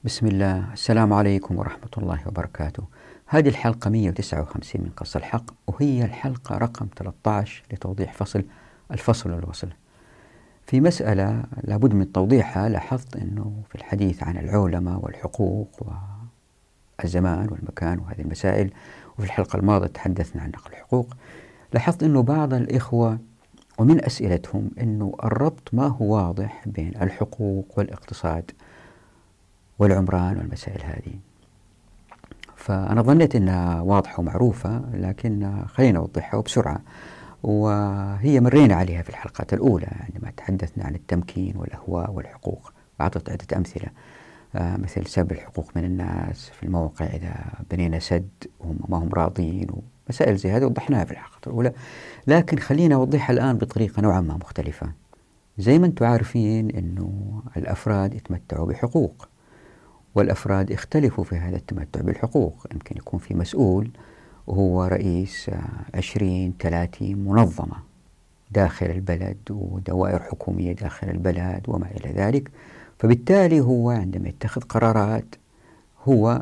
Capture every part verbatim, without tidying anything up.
بسم الله. السلام عليكم ورحمة الله وبركاته. هذه الحلقة مئة وتسعة وخمسين من قص الحق، وهي الحلقة رقم ثلاثة عشر لتوضيح فصل الفصل والوصل. في مسألة لابد من توضيحها. لاحظت أنه في الحديث عن العولمة والحقوق والزمان والمكان وهذه المسائل، وفي الحلقة الماضية تحدثنا عن نقل الحقوق، لاحظت أنه بعض الإخوة ومن أسئلتهم أنه الربط ما هو واضح بين الحقوق والاقتصاد والعمران والمسائل هذه. فأنا ظنيت أنها واضحة ومعروفة، لكن خلينا نوضحها وبسرعة. وهي مرينا عليها في الحلقات الأولى عندما تحدثنا عن التمكين والأهواء والحقوق، وأعطت عدة أمثلة آه مثل سلب الحقوق من الناس في الموقع إذا بنينا سد وهم ما هم راضين، ومسائل زي هذه وضحناها في الحلقة الأولى. لكن خلينا نوضحها الآن بطريقة نوعا ما مختلفة. زي ما أنتم عارفين أنه الأفراد يتمتعوا بحقوق، والأفراد يختلفوا في هذا التمتع بالحقوق. يمكن يكون في مسؤول وهو رئيس عشرين ثلاثين منظمة داخل البلد ودوائر حكومية داخل البلد وما إلى ذلك، فبالتالي هو عندما يتخذ قرارات هو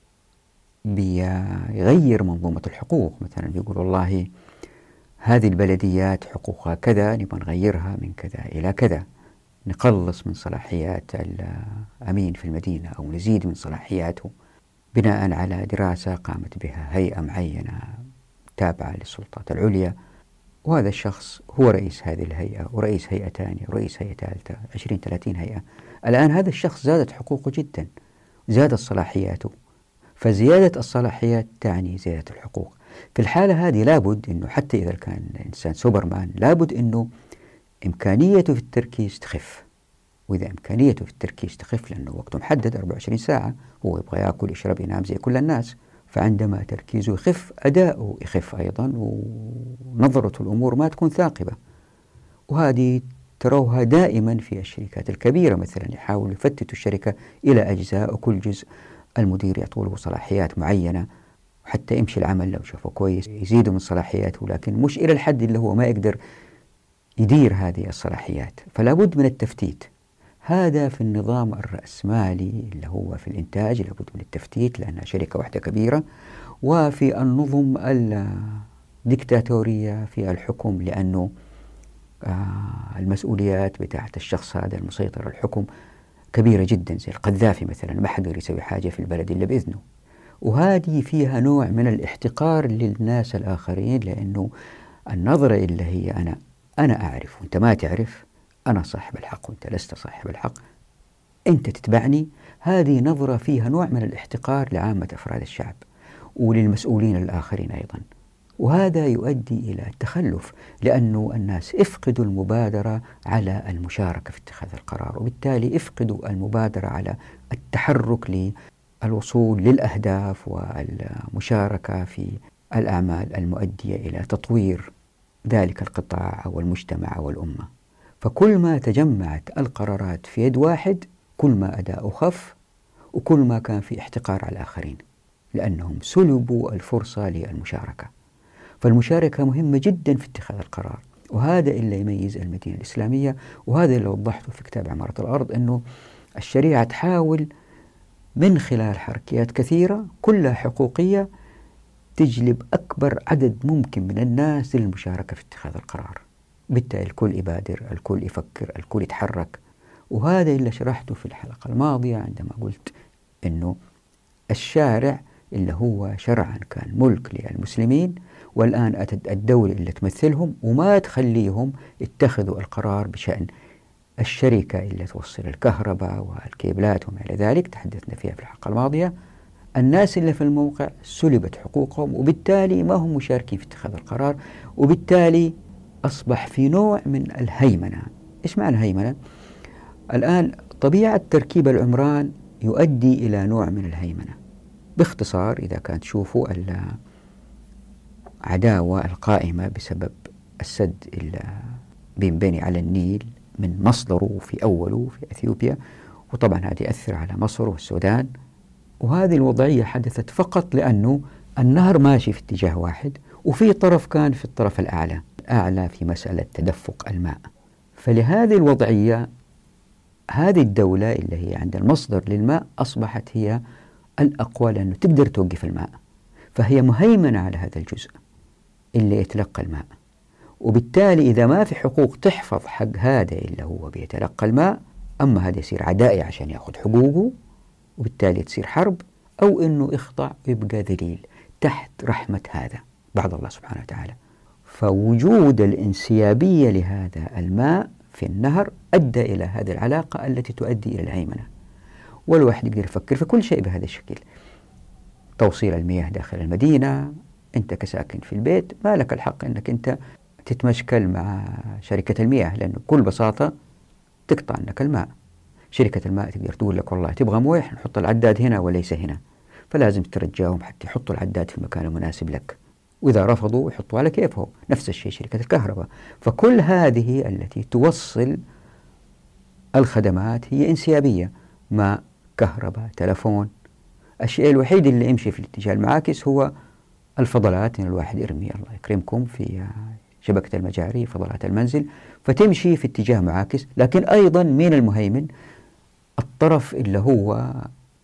بيغير منظومة الحقوق. مثلا بيقول والله هذه البلديات حقوقها كذا، نبغى نغيرها من كذا إلى كذا، نقلص من صلاحيات الأمين في المدينة أو نزيد من صلاحياته بناء على دراسة قامت بها هيئة معينة تابعة للسلطات العليا، وهذا الشخص هو رئيس هذه الهيئة ورئيس هيئة ثانية ورئيس هيئة ثالثة، عشرين ثلاثين هيئة. الآن هذا الشخص زادت حقوقه جدا، زادت صلاحياته، فزيادة الصلاحيات تعني زيادة الحقوق. في الحالة هذه لابد أنه حتى إذا كان الإنسان سوبرمان لابد أنه إمكانيته في التركيز تخف. وإذا إمكانيته في التركيز تخف، لأنه وقته محدد أربعة وعشرين ساعة، هو يبغى يأكل يشرب ينام زي كل الناس، فعندما تركيزه يخف أداؤه يخف أيضا، ونظرة الأمور ما تكون ثاقبة. وهذه تروها دائما في الشركات الكبيرة، مثلا يحاولوا يفتتوا الشركة إلى أجزاء، وكل جزء المدير يعطوله صلاحيات معينة، وحتى يمشي العمل لو شافه كويس يزيدوا من صلاحياته، لكن مش إلى الحد اللي هو ما يقدر يدير هذه الصلاحيات. فلا بد من التفتيت. هذا في النظام الرأسمالي اللي هو في الإنتاج لابد من التفتيت لأنها شركة واحدة كبيرة، وفي النظم الديكتاتورية في الحكم لأنه المسؤوليات بتاعت الشخص هذا المسيطر على الحكم كبيرة جدا، زي القذافي مثلا ما حد يقدر يسوي حاجة في البلد إلا بإذنه. وهذه فيها نوع من الاحتقار للناس الآخرين، لأنه النظرة اللي هي أنا أنا أعرف وأنت ما تعرف، أنا صاحب الحق وأنت لست صاحب الحق، أنت تتبعني، هذه نظرة فيها نوع من الاحتقار لعامة أفراد الشعب وللمسؤولين الآخرين أيضا. وهذا يؤدي إلى التخلف، لأنه الناس افقدوا المبادرة على المشاركة في اتخاذ القرار، وبالتالي افقدوا المبادرة على التحرك للوصول للأهداف والمشاركة في الأعمال المؤدية إلى تطوير ذلك القطاع أو المجتمع أو الأمة. فكل ما تجمعت القرارات في يد واحد كل ما أداؤه خف، وكل ما كان في احتقار على الآخرين، لأنهم سلبوا الفرصة للمشاركة. فالمشاركة مهمة جدا في اتخاذ القرار، وهذا اللي يميز المدينة الإسلامية، وهذا اللي وضحته في كتاب عمارة الأرض، أنه الشريعة تحاول من خلال حركيات كثيرة كلها حقوقية تجلب أكبر عدد ممكن من الناس للمشاركة في اتخاذ القرار. بالتالي الكل يبادر، الكل يفكر، الكل يتحرك. وهذا اللي شرحته في الحلقة الماضية عندما قلت أنه الشارع اللي هو شرعا كان ملك للمسلمين، والآن أتت الدولة اللي تمثلهم وما تخليهم يتخذوا القرار بشأن الشركة اللي توصل الكهرباء والكيبلات وما إلى ذلك، تحدثنا فيها في الحلقة الماضية. الناس اللي في الموقع سلبت حقوقهم، وبالتالي ما هم مشاركين في اتخاذ القرار، وبالتالي أصبح في نوع من الهيمنة. إيش معنى هيمنة؟ الآن طبيعة تركيب العمران يؤدي إلى نوع من الهيمنة. باختصار إذا كانت تشوفوا العداوة القائمة بسبب السد اللي بينبني على النيل من مصدره في أوله في أثيوبيا، وطبعا هذا يأثر على مصر والسودان. وهذه الوضعية حدثت فقط لأنه النهر ماشي في اتجاه واحد، وفي طرف كان في الطرف الأعلى أعلى في مسألة تدفق الماء. فلهذه الوضعية هذه الدولة اللي هي عند المصدر للماء أصبحت هي الأقوى، لأنه تقدر توقف الماء، فهي مهيمنة على هذا الجزء اللي يتلقى الماء. وبالتالي إذا ما في حقوق تحفظ حق هذا اللي هو بيتلقى الماء، أما هذا يصير عدائي عشان يأخذ حقوقه، وبالتالي تصير حرب، أو أنه يخضع ويبقى ذليل تحت رحمة هذا بعد الله سبحانه وتعالى. فوجود الانسيابية لهذا الماء في النهر أدى إلى هذه العلاقة التي تؤدي إلى الهيمنة. والواحد يقدر يفكر في كل شيء بهذا الشكل. توصيل المياه داخل المدينة، أنت كساكن في البيت ما لك الحق أنك أنت تتمشكل مع شركة المياه، لأنه بكل بساطة تقطع عنك الماء. شركة الماء تقدر تقول لك والله تبغى مويه، نحط العداد هنا وليس هنا، فلازم ترجعهم حتى يحطوا العداد في المكان المناسب لك، وإذا رفضوا يحطوا على كيفهم. نفس الشيء شركة الكهرباء. فكل هذه التي توصل الخدمات هي انسيابية، ماء، كهرباء، تلفون. الشيء الوحيد اللي يمشي في الاتجاه المعاكس هو الفضلات، إن الواحد يرمي الله يكرمكم في شبكة المجاري فضلات المنزل، فتمشي في اتجاه معاكس. لكن أيضا من المهيمن الطرف اللي هو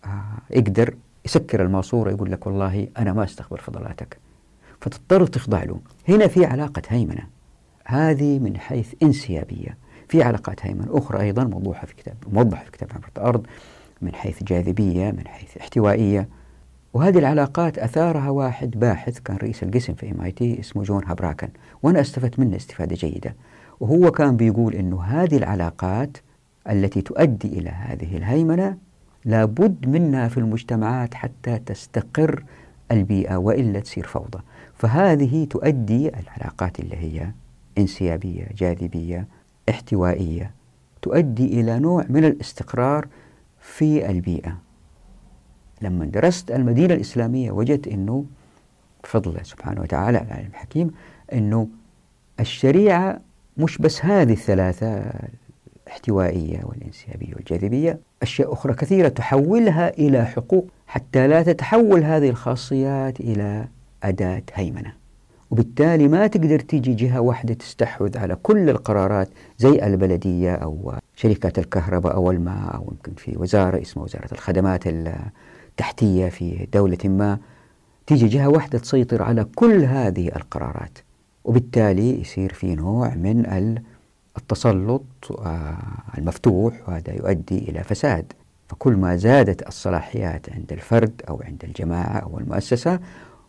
يقدر يسكر الماسورة، يقول لك والله أنا ما أستقبل فضلاتك، فتضطر تخضع له. هنا في علاقة هيمنة، هذه من حيث انسيابية. في علاقات هيمنة أخرى أيضا موضوحة في كتاب موضحة في كتاب عمارة الأرض، من حيث جاذبية، من حيث احتوائية. وهذه العلاقات أثارها واحد باحث كان رئيس القسم في إم آي تي اسمه جون هابراكن، وأنا استفدت منه استفادة جيدة. وهو كان بيقول إنه هذه العلاقات التي تؤدي إلى هذه الهيمنة لابد منها في المجتمعات حتى تستقر البيئة، وإلا تصير فوضى. فهذه تؤدي العلاقات اللي هي انسيابية، جاذبية، احتوائية، تؤدي إلى نوع من الاستقرار في البيئة. لما درست المدينة الإسلامية وجدت أنه بفضل الله سبحانه وتعالى العلم الحكيم أنه الشريعة مش بس هذه الثلاثة، الاحتوائية والانسيابية والجاذبية، أشياء أخرى كثيرة تحولها إلى حقوق حتى لا تتحول هذه الخاصيات إلى أداة هيمنة. وبالتالي ما تقدر تيجي جهة واحدة تستحوذ على كل القرارات زي البلدية أو شركات الكهرباء أو الماء، أو يمكن في وزارة اسمها وزارة الخدمات التحتية في دولة ما، تيجي جهة واحدة تسيطر على كل هذه القرارات. وبالتالي يصير في نوع من التسلط المفتوح، وهذا يؤدي إلى فساد. فكل ما زادت الصلاحيات عند الفرد أو عند الجماعة أو المؤسسة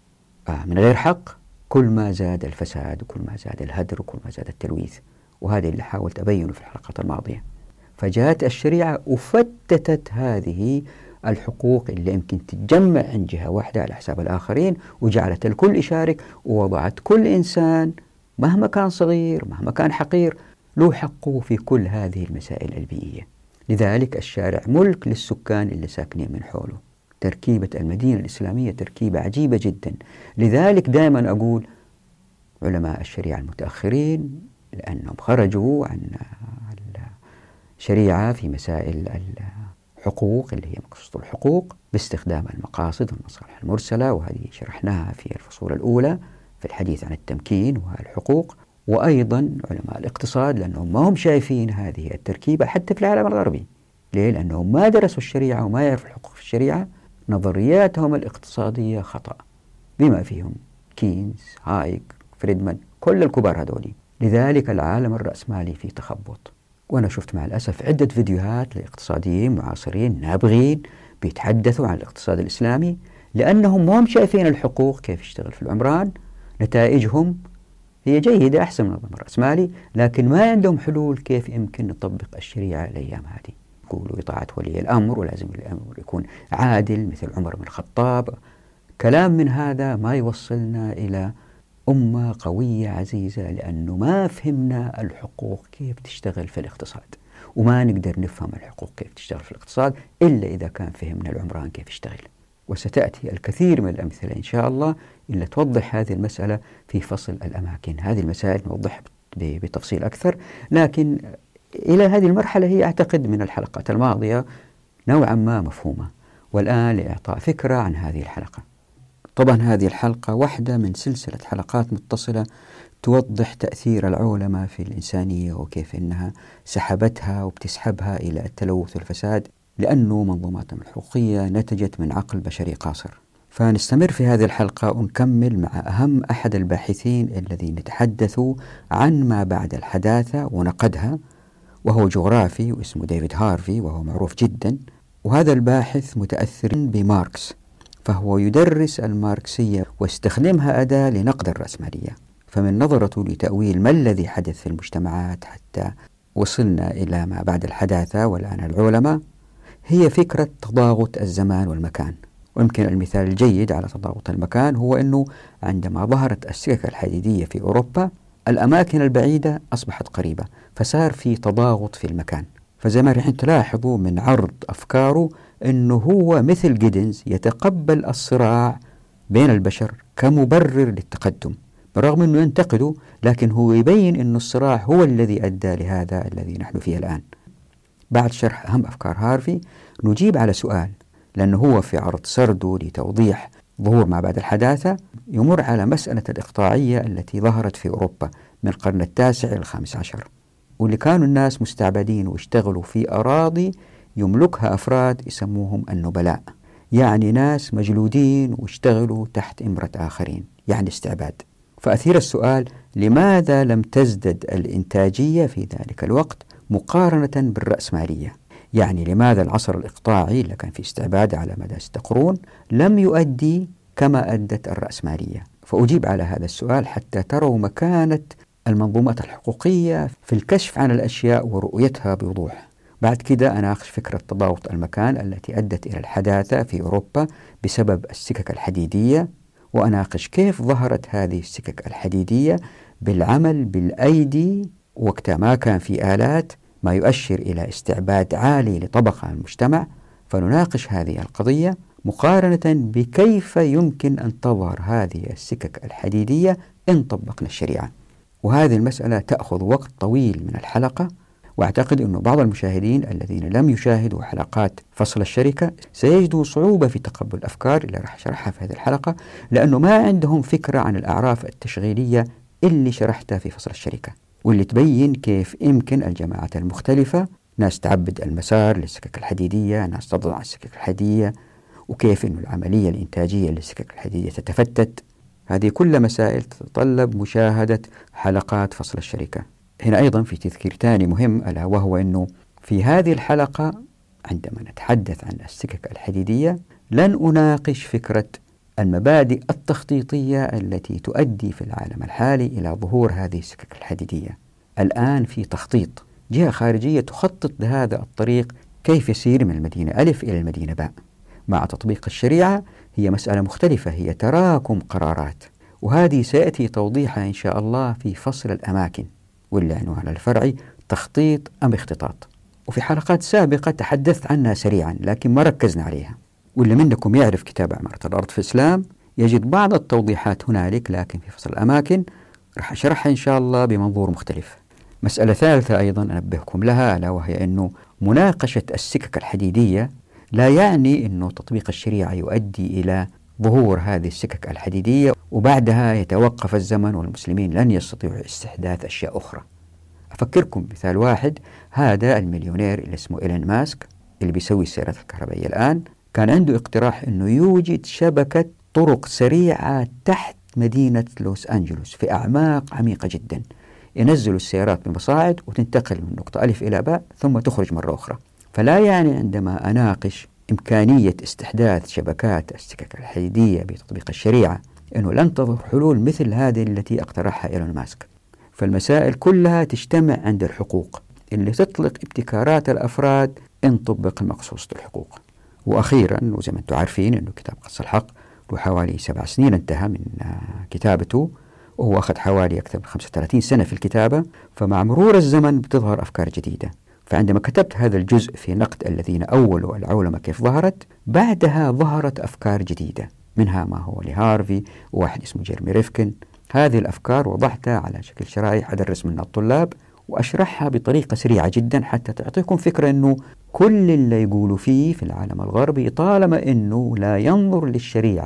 من غير حق، كل ما زاد الفساد، وكل ما زاد الهدر، وكل ما زاد التلويث. وهذا اللي حاولت أبينه في الحلقات الماضية. فجاءت الشريعة وفتتت هذه الحقوق اللي يمكن تتجمع عند جهة واحدة على حساب الآخرين، وجعلت الكل يشارك، ووضعت كل إنسان مهما كان صغير مهما كان حقير له حقه في كل هذه المسائل البيئية. لذلك الشارع ملك للسكان اللي ساكنين من حوله. تركيبة المدينة الإسلامية تركيبة عجيبة جدا. لذلك دائما أقول علماء الشريعة المتأخرين، لأنهم خرجوا عن الشريعة في مسائل الحقوق اللي هي مقصود الحقوق باستخدام المقاصد والمصالح المرسلة، وهذه شرحناها في الفصول الأولى في الحديث عن التمكين والحقوق. وأيضا علماء الاقتصاد، لأنهم ما هم شايفين هذه التركيبة حتى في العالم الغربي. ليه؟ لأنهم ما درسوا الشريعة وما يعرفوا الحقوق في الشريعة. نظرياتهم الاقتصادية خطأ، بما فيهم كينز، هايك، فريدمان، كل الكبار هذولي. لذلك العالم الرأسمالي فيه تخبط. وأنا شفت مع الأسف عدة فيديوهات لاقتصاديين معاصرين نابغين بيتحدثوا عن الاقتصاد الإسلامي، لأنهم ما هم شايفين الحقوق كيف يشتغل في العمران. نتائجهم هي جيدة أحسن من النظام الرأسمالي، لكن ما عندهم حلول كيف يمكن نطبق الشريعة الأيام هذه. يقولوا إطاعة ولي الأمر، ولازم الأمر يكون عادل مثل عمر بن الخطاب. كلام من هذا ما يوصلنا إلى أمة قوية عزيزة، لأنه ما فهمنا الحقوق كيف تشتغل في الاقتصاد، وما نقدر نفهم الحقوق كيف تشتغل في الاقتصاد إلا إذا كان فهمنا العمران كيف يشتغل. وستأتي الكثير من الأمثلة إن شاء الله إلا توضح هذه المسألة في فصل الأماكن. هذه المسائل نوضحها بتفصيل أكثر، لكن إلى هذه المرحلة هي أعتقد من الحلقات الماضية نوعا ما مفهومة. والآن لإعطاء فكرة عن هذه الحلقة. طبعا هذه الحلقة واحدة من سلسلة حلقات متصلة توضح تأثير العولمة في الإنسانية وكيف أنها سحبتها وبتسحبها إلى التلوث والفساد، لأنه منظوماتهم الحقوقية نتجت من عقل بشري قاصر. فنستمر في هذه الحلقة ونكمل مع أهم أحد الباحثين الذين تحدثوا عن ما بعد الحداثة ونقدها، وهو جغرافي واسمه ديفيد هارفي، وهو معروف جدا. وهذا الباحث متأثر بماركس، فهو يدرس الماركسية واستخدمها أداة لنقد الرأسمالية. فمن نظرته لتأويل ما الذي حدث في المجتمعات حتى وصلنا إلى ما بعد الحداثة والآن العولمة، هي فكرة تضاغط الزمان والمكان. ويمكن المثال الجيد على تضاغط المكان هو أنه عندما ظهرت السكك الحديدية في أوروبا، الأماكن البعيدة أصبحت قريبة، فصار في تضاغط في المكان. فزي ما رح تلاحظوا من عرض أفكاره أنه هو مثل جيدنز يتقبل الصراع بين البشر كمبرر للتقدم، بالرغم أنه ينتقده، لكن هو يبين أن الصراع هو الذي أدى لهذا الذي نحن فيه الآن. بعد شرح أهم أفكار هارفي نجيب على سؤال، لأنه هو في عرض سرده لتوضيح ظهور ما بعد الحداثة يمر على مسألة الإقطاعية التي ظهرت في أوروبا من القرن التاسع إلى الخامس عشر، واللي كانوا الناس مستعبدين واشتغلوا في أراضي يملكها أفراد يسموهم النبلاء، يعني ناس مجلودين واشتغلوا تحت إمرة آخرين، يعني استعباد. فأثير السؤال، لماذا لم تزدد الإنتاجية في ذلك الوقت مقارنة بالرأسمالية؟ يعني لماذا العصر الإقطاعي اللي كان فيه استعباد على مدى ستة قرون لم يؤدي كما أدت الرأسمالية؟ فأجيب على هذا السؤال حتى تروا مكانة المنظومات الحقوقية في الكشف عن الأشياء ورؤيتها بوضوح. بعد كده أناقش فكرة تضاغط المكان التي أدت إلى الحداثة في أوروبا بسبب السكك الحديدية، وأناقش كيف ظهرت هذه السكك الحديدية بالعمل بالأيدي وقت ما كان في آلات، ما يؤشر إلى استعباد عالي لطبقة من المجتمع. فنناقش هذه القضية مقارنة بكيف يمكن أن تظهر هذه السكك الحديدية إن طبقنا الشريعة. وهذه المسألة تأخذ وقت طويل من الحلقة، وأعتقد أن بعض المشاهدين الذين لم يشاهدوا حلقات فصل الشركة سيجدوا صعوبة في تقبل الأفكار اللي راح شرحها في هذه الحلقة، لأنه ما عندهم فكرة عن الأعراف التشغيلية اللي شرحتها في فصل الشركة، واللي تبين كيف يمكن الجماعات المختلفة، ناس تعبد المسار للسكك الحديدية، ناس تضع السكك الحديدية، وكيف أن العملية الإنتاجية للسكك الحديدية تتفتت. هذه كل مسائل تتطلب مشاهدة حلقات فصل الشركة. هنا أيضا في تذكير ثاني مهم، ألا وهو أنه في هذه الحلقة عندما نتحدث عن السكك الحديدية لن أناقش فكرة المبادئ التخطيطية التي تؤدي في العالم الحالي إلى ظهور هذه السكك الحديدية. الآن في تخطيط، جهة خارجية تخطط لهذا الطريق كيف يسير من المدينة ألف إلى المدينة باء. مع تطبيق الشريعة هي مسألة مختلفة، هي تراكم قرارات، وهذه سيأتي توضيحها إن شاء الله في فصل الأماكن، واللي عنوان الفرعي تخطيط أم اختطاط. وفي حلقات سابقة تحدثت عنها سريعا لكن ما ركزنا عليها، واللي منكم يعرف كتاب عمارة الأرض في الإسلام يجد بعض التوضيحات هنالك، لكن في فصل الأماكن راح أشرحها إن شاء الله بمنظور مختلف. مسألة ثالثة أيضا أنبهكم لها، ألا وهي أنه مناقشة السكك الحديدية لا يعني أنه تطبيق الشريعة يؤدي إلى ظهور هذه السكك الحديدية وبعدها يتوقف الزمن والمسلمين لن يستطيعوا استحداث أشياء أخرى. أفكركم بمثال واحد، هذا المليونير اللي اسمه إيلون ماسك اللي بيسوي السيارات الكهربائية الآن، كان عنده اقتراح أنه يوجد شبكة طرق سريعة تحت مدينة لوس أنجلوس في أعماق عميقة جدا، ينزلوا السيارات بمصاعد وتنتقل من نقطة ألف إلى باء ثم تخرج مرة أخرى. فلا يعني عندما أناقش إمكانية استحداث شبكات السكك الحديدية بتطبيق الشريعة أنه لن تظهر حلول مثل هذه التي اقترحها إيلون ماسك. فالمسائل كلها تجتمع عند الحقوق اللي تطلق ابتكارات الأفراد إن طبق المقصوص الحقوق. وأخيرا، وزي ما أنتم عارفين أنه كتاب قص الحق له حوالي سبع سنين انتهى من كتابته، وهو أخذ حوالي أكثر من خمسة وثلاثين سنة في الكتابة، فمع مرور الزمن بتظهر أفكار جديدة. فعندما كتبت هذا الجزء في نقد الذين أولوا العولمة كيف ظهرت، بعدها ظهرت أفكار جديدة، منها ما هو لهارفي وواحد اسمه جيرمي ريفكن. هذه الأفكار وضعتها على شكل شرائح أدرس منها الطلاب وأشرحها بطريقة سريعة جدا حتى تعطيكم فكرة أنه كل اللي يقولوا فيه في العالم الغربي طالما أنه لا ينظر للشريعة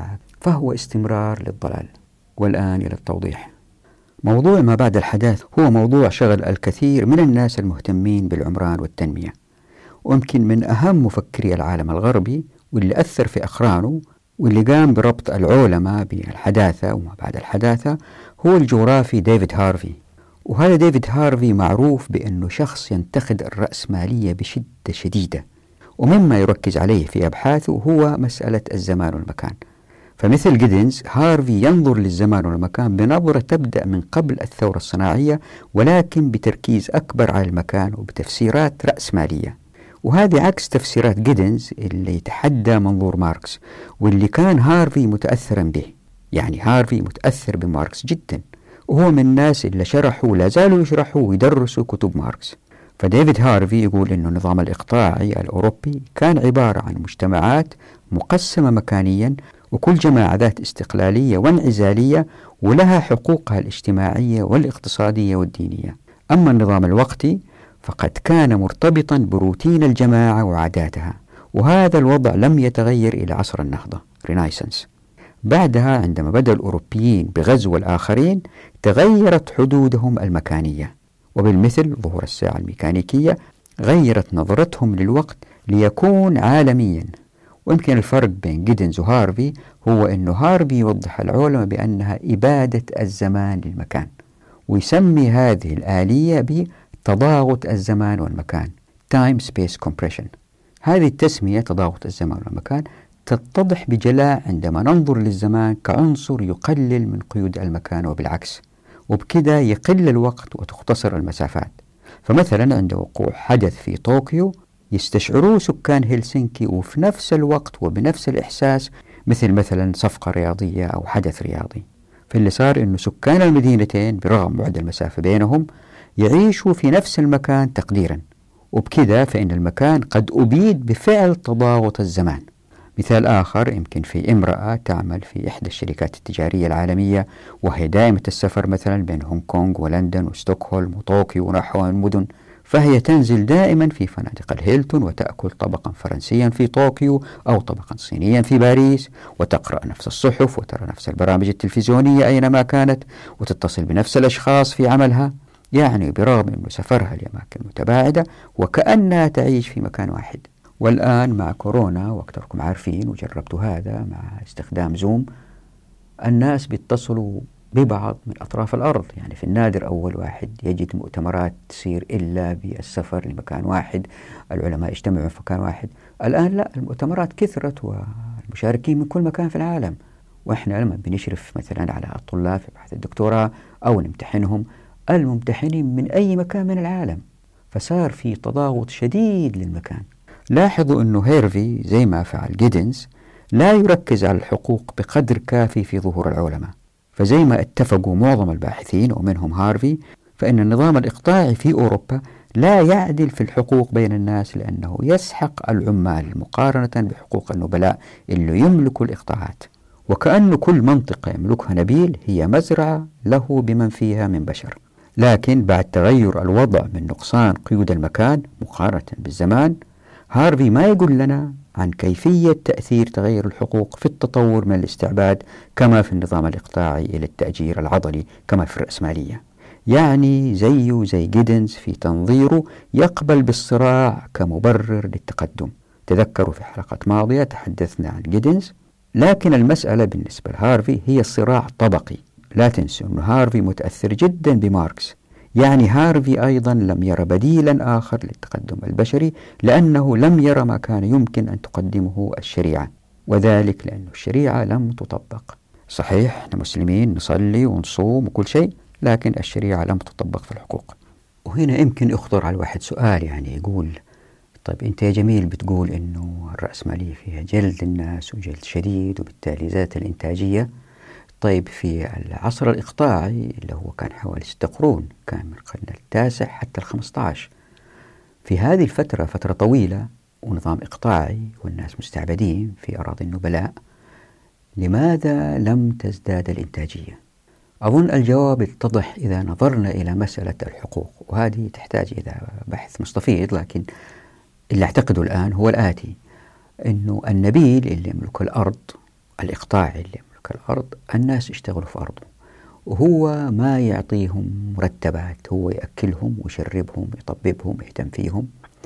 فهو استمرار للضلال. والآن إلى التوضيح. موضوع ما بعد الحداثة هو موضوع شغل الكثير من الناس المهتمين بالعمران والتنمية، ويمكن من أهم مفكري العالم الغربي واللي أثر في أقرانه واللي قام بربط العولمة بالحداثة وما بعد الحداثة هو الجغرافي ديفيد هارفي. وهذا ديفيد هارفي معروف بأنه شخص ينتقد الرأسمالية بشدة شديدة، ومما يركز عليه في أبحاثه هو مسألة الزمان والمكان. فمثل جيدنز، هارفي ينظر للزمان والمكان بنظرة تبدأ من قبل الثورة الصناعية، ولكن بتركيز أكبر على المكان وبتفسيرات رأسمالية. وهذه عكس تفسيرات جيدنز اللي يتحدى منظور ماركس، واللي كان هارفي متأثرا به. يعني هارفي متأثر بماركس جدا، وهو من الناس اللي شرحوا لا زالوا يشرحوا ويدرسوا كتب ماركس. فديفيد هارفي يقول إنه النظام الإقطاعي الأوروبي كان عبارة عن مجتمعات مقسمة مكانيا، وكل جماعة ذات استقلالية وانعزالية ولها حقوقها الاجتماعية والاقتصادية والدينية. أما النظام الوقتي فقد كان مرتبطا بروتين الجماعة وعاداتها، وهذا الوضع لم يتغير إلى عصر النهضة رينايسنس. بعدها عندما بدأ الأوروبيين بغزو الآخرين تغيرت حدودهم المكانية، وبالمثل ظهور الساعة الميكانيكية غيرت نظرتهم للوقت ليكون عالميا. ويمكن الفرق بين جيدنز وهارفي هو أن هارفي يوضح العولمة بأنها إبادة الزمان للمكان، ويسمي هذه الآلية بتضاغط الزمان والمكان Time Space Compression. هذه التسمية تضاغط الزمان والمكان تتضح بجلاء عندما ننظر للزمان كعنصر يقلل من قيود المكان وبالعكس، وبكذا يقل الوقت وتختصر المسافات. فمثلا عند وقوع حدث في طوكيو يستشعروه سكان هلسنكي وفي نفس الوقت وبنفس الإحساس مثل مثلا صفقة رياضية أو حدث رياضي. فاللي صار أنه سكان المدينتين برغم بعد المسافة بينهم يعيشوا في نفس المكان تقديرا، وبكذا فإن المكان قد أبيد بفعل تضاغط الزمان. مثال آخر، يمكن في امرأة تعمل في إحدى الشركات التجارية العالمية وهي دائمة السفر مثلا بين هونغ كونغ ولندن وستوكهولم وطوكيو ونحو المدن، فهي تنزل دائما في فنادق الهيلتون وتأكل طبقا فرنسيا في طوكيو أو طبقا صينيا في باريس، وتقرأ نفس الصحف وترى نفس البرامج التلفزيونية أينما كانت، وتتصل بنفس الأشخاص في عملها. يعني برغم أن سفرها لأماكن متباعدة وكأنها تعيش في مكان واحد. والآن مع كورونا وأكثركم عارفين وجربتوا هذا مع استخدام زوم، الناس بيتصلوا ببعض من أطراف الأرض. يعني في النادر أول واحد يجد مؤتمرات تصير إلا بالسفر لمكان واحد، العلماء يجتمعوا في مكان واحد. الآن لا، المؤتمرات كثرت والمشاركين من كل مكان في العالم. وإحنا لما بنشرف مثلا على الطلاب في بحث الدكتوراه أو نمتحنهم، الممتحنين من أي مكان من العالم، فصار في تضاغط شديد للمكان. لاحظوا أنه هيرفي زي ما فعل جيدنز لا يركز على الحقوق بقدر كافي في ظهور العولمة. فزي ما اتفقوا معظم الباحثين ومنهم هارفي، فإن النظام الإقطاعي في أوروبا لا يعدل في الحقوق بين الناس، لأنه يسحق العمال مقارنة بحقوق النبلاء اللي يملكوا الإقطاعات، وكأن كل منطقة يملكها نبيل هي مزرعة له بمن فيها من بشر. لكن بعد تغير الوضع من نقصان قيود المكان مقارنة بالزمان، هارفي ما يقول لنا عن كيفية تأثير تغير الحقوق في التطور من الاستعباد كما في النظام الإقطاعي إلى التأجير العضلي كما في الرأسمالية. يعني زيه زي جيدنز في تنظيره يقبل بالصراع كمبرر للتقدم. تذكروا في حلقة ماضية تحدثنا عن جيدنز، لكن المسألة بالنسبة لهارفي هي صراع طبقي. لا تنسوا أن هارفي متأثر جدا بماركس. يعني هارفي أيضا لم ير بديلا آخر للتقدم البشري، لأنه لم ير ما كان يمكن أن تقدمه الشريعة، وذلك لأن الشريعة لم تطبق. صحيح احنا مسلمين نصلي ونصوم وكل شيء، لكن الشريعة لم تطبق في الحقوق. وهنا يمكن يخطر على الواحد سؤال، يعني يقول طيب أنت يا جميل بتقول أنه الرأسمالية فيها جلد الناس وجلد شديد وبالتالي ذات الإنتاجية. طيب في العصر الإقطاعي اللي هو كان حوالي ستة قرون، كان من القرن التاسع حتى الخمسة عشر، في هذه الفترة فترة طويلة ونظام إقطاعي والناس مستعبدين في أراضي النبلاء، لماذا لم تزداد الإنتاجية؟ أظن الجواب يتضح إذا نظرنا إلى مسألة الحقوق، وهذه تحتاج إلى بحث مستفيض، لكن اللي أعتقده الآن هو الآتي: أنه النبيل اللي يملك الأرض، الإقطاعي اللي يملك تلك الأرض الناس اشتغلوا في أرضه، وهو ما يعطيهم مرتبات، هو يأكلهم ويشربهم ويطببهم ويهتم فيهم،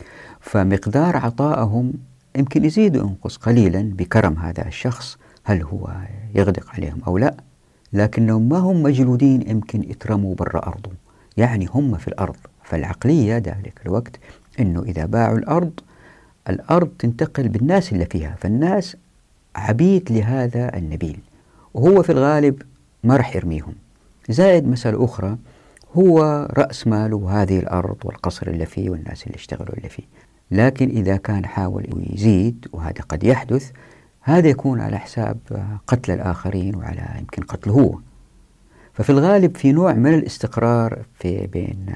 فمقدار عطائهم يمكن يزيد وينقص قليلا بكرم هذا الشخص، هل هو يغدق عليهم أو لا، لكنهم ما هم مجلودين يمكن يترموا برا أرضه، يعني هم في الأرض. فالعقلية ذلك الوقت أنه إذا باعوا الأرض، الأرض تنتقل بالناس اللي فيها، فالناس عبيد لهذا النبيل، وهو في الغالب ما رح يرميهم. زائد مسألة أخرى، هو رأس ماله هذه الأرض والقصر اللي فيه والناس اللي اشتغلوا اللي فيه، لكن إذا كان حاول يزيد، وهذا قد يحدث، هذا يكون على حساب قتل الآخرين وعلى يمكن قتله هو. ففي الغالب في نوع من الاستقرار في بين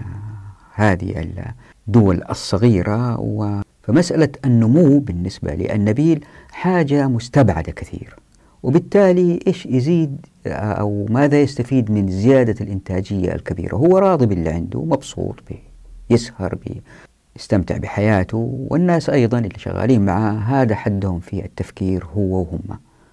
هذه الدول الصغيرة، فمسألة النمو بالنسبة للنبيل حاجة مستبعدة كثير، وبالتالي إيش يزيد أو ماذا يستفيد من زيادة الإنتاجية الكبيرة؟ هو راضي باللي عنده، مبسوط به، يسهر به، يستمتع بحياته، والناس أيضا اللي شغالين معه هذا حدهم في التفكير هو وهم.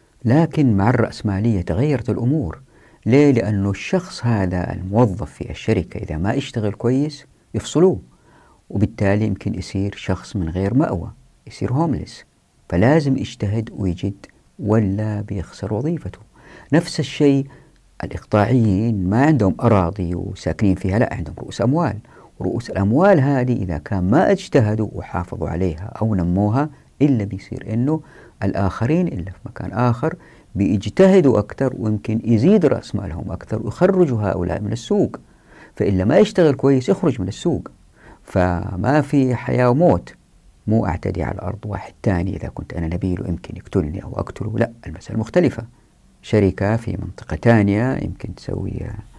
لكن مع الرأسمالية تغيرت الأمور. ليه؟ لأنه الشخص هذا الموظف في الشركة إذا ما اشتغل كويس يفصلوه، وبالتالي يمكن يصير شخص من غير مأوى، يصير هوملس، فلازم يجتهد ويجد ولا بيخسر وظيفته. نفس الشيء الإقطاعيين ما عندهم أراضي وساكنين فيها، لا، عندهم رؤوس أموال، ورؤوس الأموال هذه إذا كان ما اجتهدوا وحافظوا عليها أو نموها، إلا بيصير إنه الآخرين اللي في مكان آخر بيجتهدوا أكثر، ويمكن يزيد رأس مالهم أكثر ويخرجوا هؤلاء من السوق. فإلا ما يشتغل كويس يخرج من السوق، فما في حياة وموت. مو أعتدي على الأرض واحد تاني إذا كنت أنا نبيل ويمكن يقتلني أو أقتله، لا، المسألة مختلفة. شركة في منطقة تانية يمكن تسوي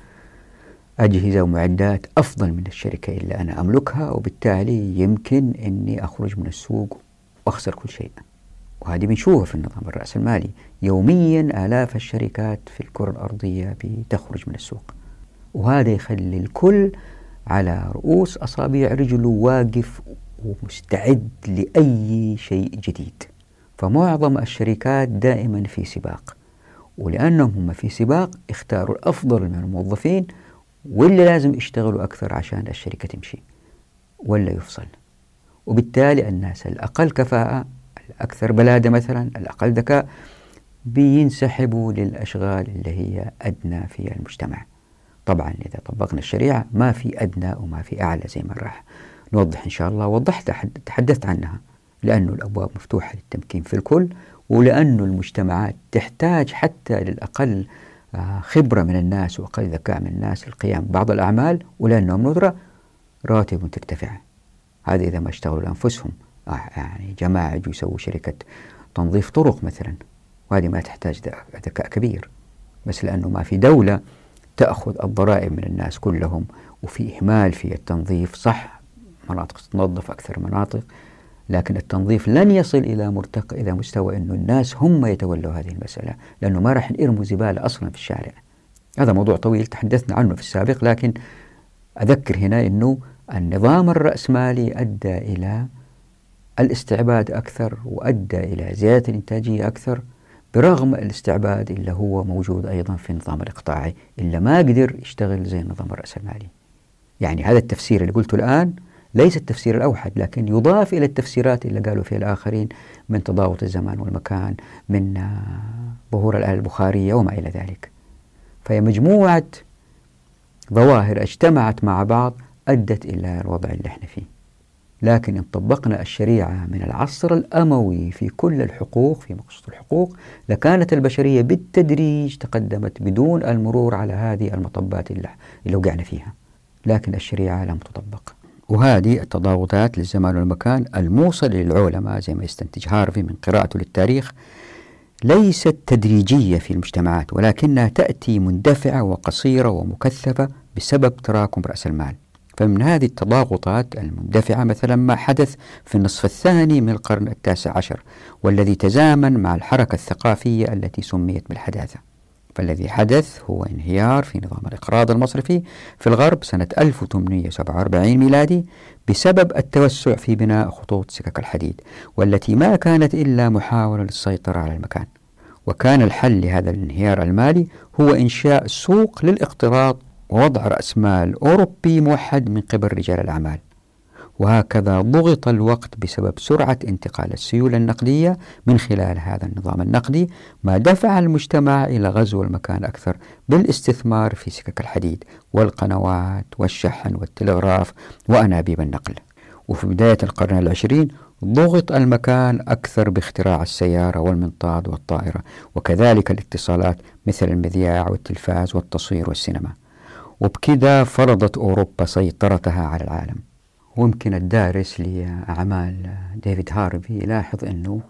أجهزة ومعدات أفضل من الشركة اللي أنا أملكها، وبالتالي يمكن أني أخرج من السوق وأخسر كل شيء. وهذه بنشوفها في النظام الرأسمالي، يوميا آلاف الشركات في الكرة الأرضية بتخرج من السوق، وهذا يخلي الكل على رؤوس أصابع رجله واقف ومستعد لأي شيء جديد. فمعظم الشركات دائما في سباق، ولأنهم هم في سباق اختاروا الأفضل من الموظفين، واللي لازم يشتغلوا أكثر عشان الشركة تمشي ولا يفصل. وبالتالي الناس الأقل كفاءة، الأكثر بلادة مثلا، الأقل ذكاء، بينسحبوا للأشغال اللي هي أدنى في المجتمع. طبعا إذا طبقنا الشريعة ما في أدنى وما في أعلى، زي ما راح نوضح إن شاء الله، وضحت تحدثت عنها، لأنه الأبواب مفتوحة للتمكين في الكل، ولأنه المجتمعات تحتاج حتى للأقل خبرة من الناس وأقل ذكاء من الناس للقيام ببعض الأعمال، ولأنهم ندرة راتب ترتفع. هذا إذا ما اشتغلوا لأنفسهم. آه يعني جماعة يجوا يسووا شركة تنظيف طرق مثلا، وهذه ما تحتاج ذكاء كبير، بس لأنه ما في دولة تأخذ الضرائب من الناس كلهم، وفي إهمال في التنظيف. صح، مناطق تنظف أكثر مناطق، لكن التنظيف لن يصل إلى مرتقى إلى مستوى أنه الناس هم يتولوا هذه المسألة، لأنه ما راح نرموا زبالة أصلا في الشارع. هذا موضوع طويل تحدثنا عنه في السابق، لكن أذكر هنا أنه النظام الرأسمالي أدى إلى الاستعباد أكثر، وأدى إلى زيادة الإنتاجية أكثر، برغم الاستعباد اللي هو موجود أيضا في النظام الإقطاعي اللي ما قدر يشتغل زي النظام الرأسمالي. يعني هذا التفسير اللي قلته الآن ليس التفسير الأوحد، لكن يضاف إلى التفسيرات اللي قالوا فيها الآخرين من تضاوط الزمان والمكان، من ظهور الآلة البخارية وما إلى ذلك. فهي مجموعة ظواهر اجتمعت مع بعض أدت إلى الوضع اللي احنا فيه. لكن إن طبقنا الشريعة من العصر الأموي في كل الحقوق، في مقصود الحقوق، لكانت البشرية بالتدريج تقدمت بدون المرور على هذه المطبات اللي, اللي وقعنا فيها. لكن الشريعة لم تطبق، وهذه التضاوطات للزمان والمكان الموصل للعلماء زي ما يستنتج هارفي من قراءته للتاريخ ليست تدريجية في المجتمعات، ولكنها تأتي مندفعة وقصيرة ومكثفة بسبب تراكم رأس المال. فمن هذه التضاغطات المندفعة مثلا ما حدث في النصف الثاني من القرن التاسع عشر، والذي تزامن مع الحركة الثقافية التي سميت بالحداثة. فالذي حدث هو انهيار في نظام الإقراض المصرفي في الغرب سنة ألف وثمانمئة وسبعة وأربعين ميلادي بسبب التوسع في بناء خطوط سكك الحديد، والتي ما كانت إلا محاولة للسيطرة على المكان. وكان الحل لهذا الانهيار المالي هو إنشاء سوق للاقتراض ووضع رأس مال أوروبي موحد من قبل رجال الأعمال. وهكذا ضغط الوقت بسبب سرعة انتقال السيولة النقدية من خلال هذا النظام النقدي، ما دفع المجتمع إلى غزو المكان أكثر بالاستثمار في سكك الحديد والقنوات والشحن والتلغراف وأنابيب النقل. وفي بداية القرن العشرين ضغط المكان أكثر باختراع السيارة والمنطاد والطائرة، وكذلك الاتصالات مثل المذياع والتلفاز والتصوير والسينما. وبكذا فرضت أوروبا سيطرتها على العالم. ويمكن الدارس لأعمال ديفيد هارفي يلاحظ أنه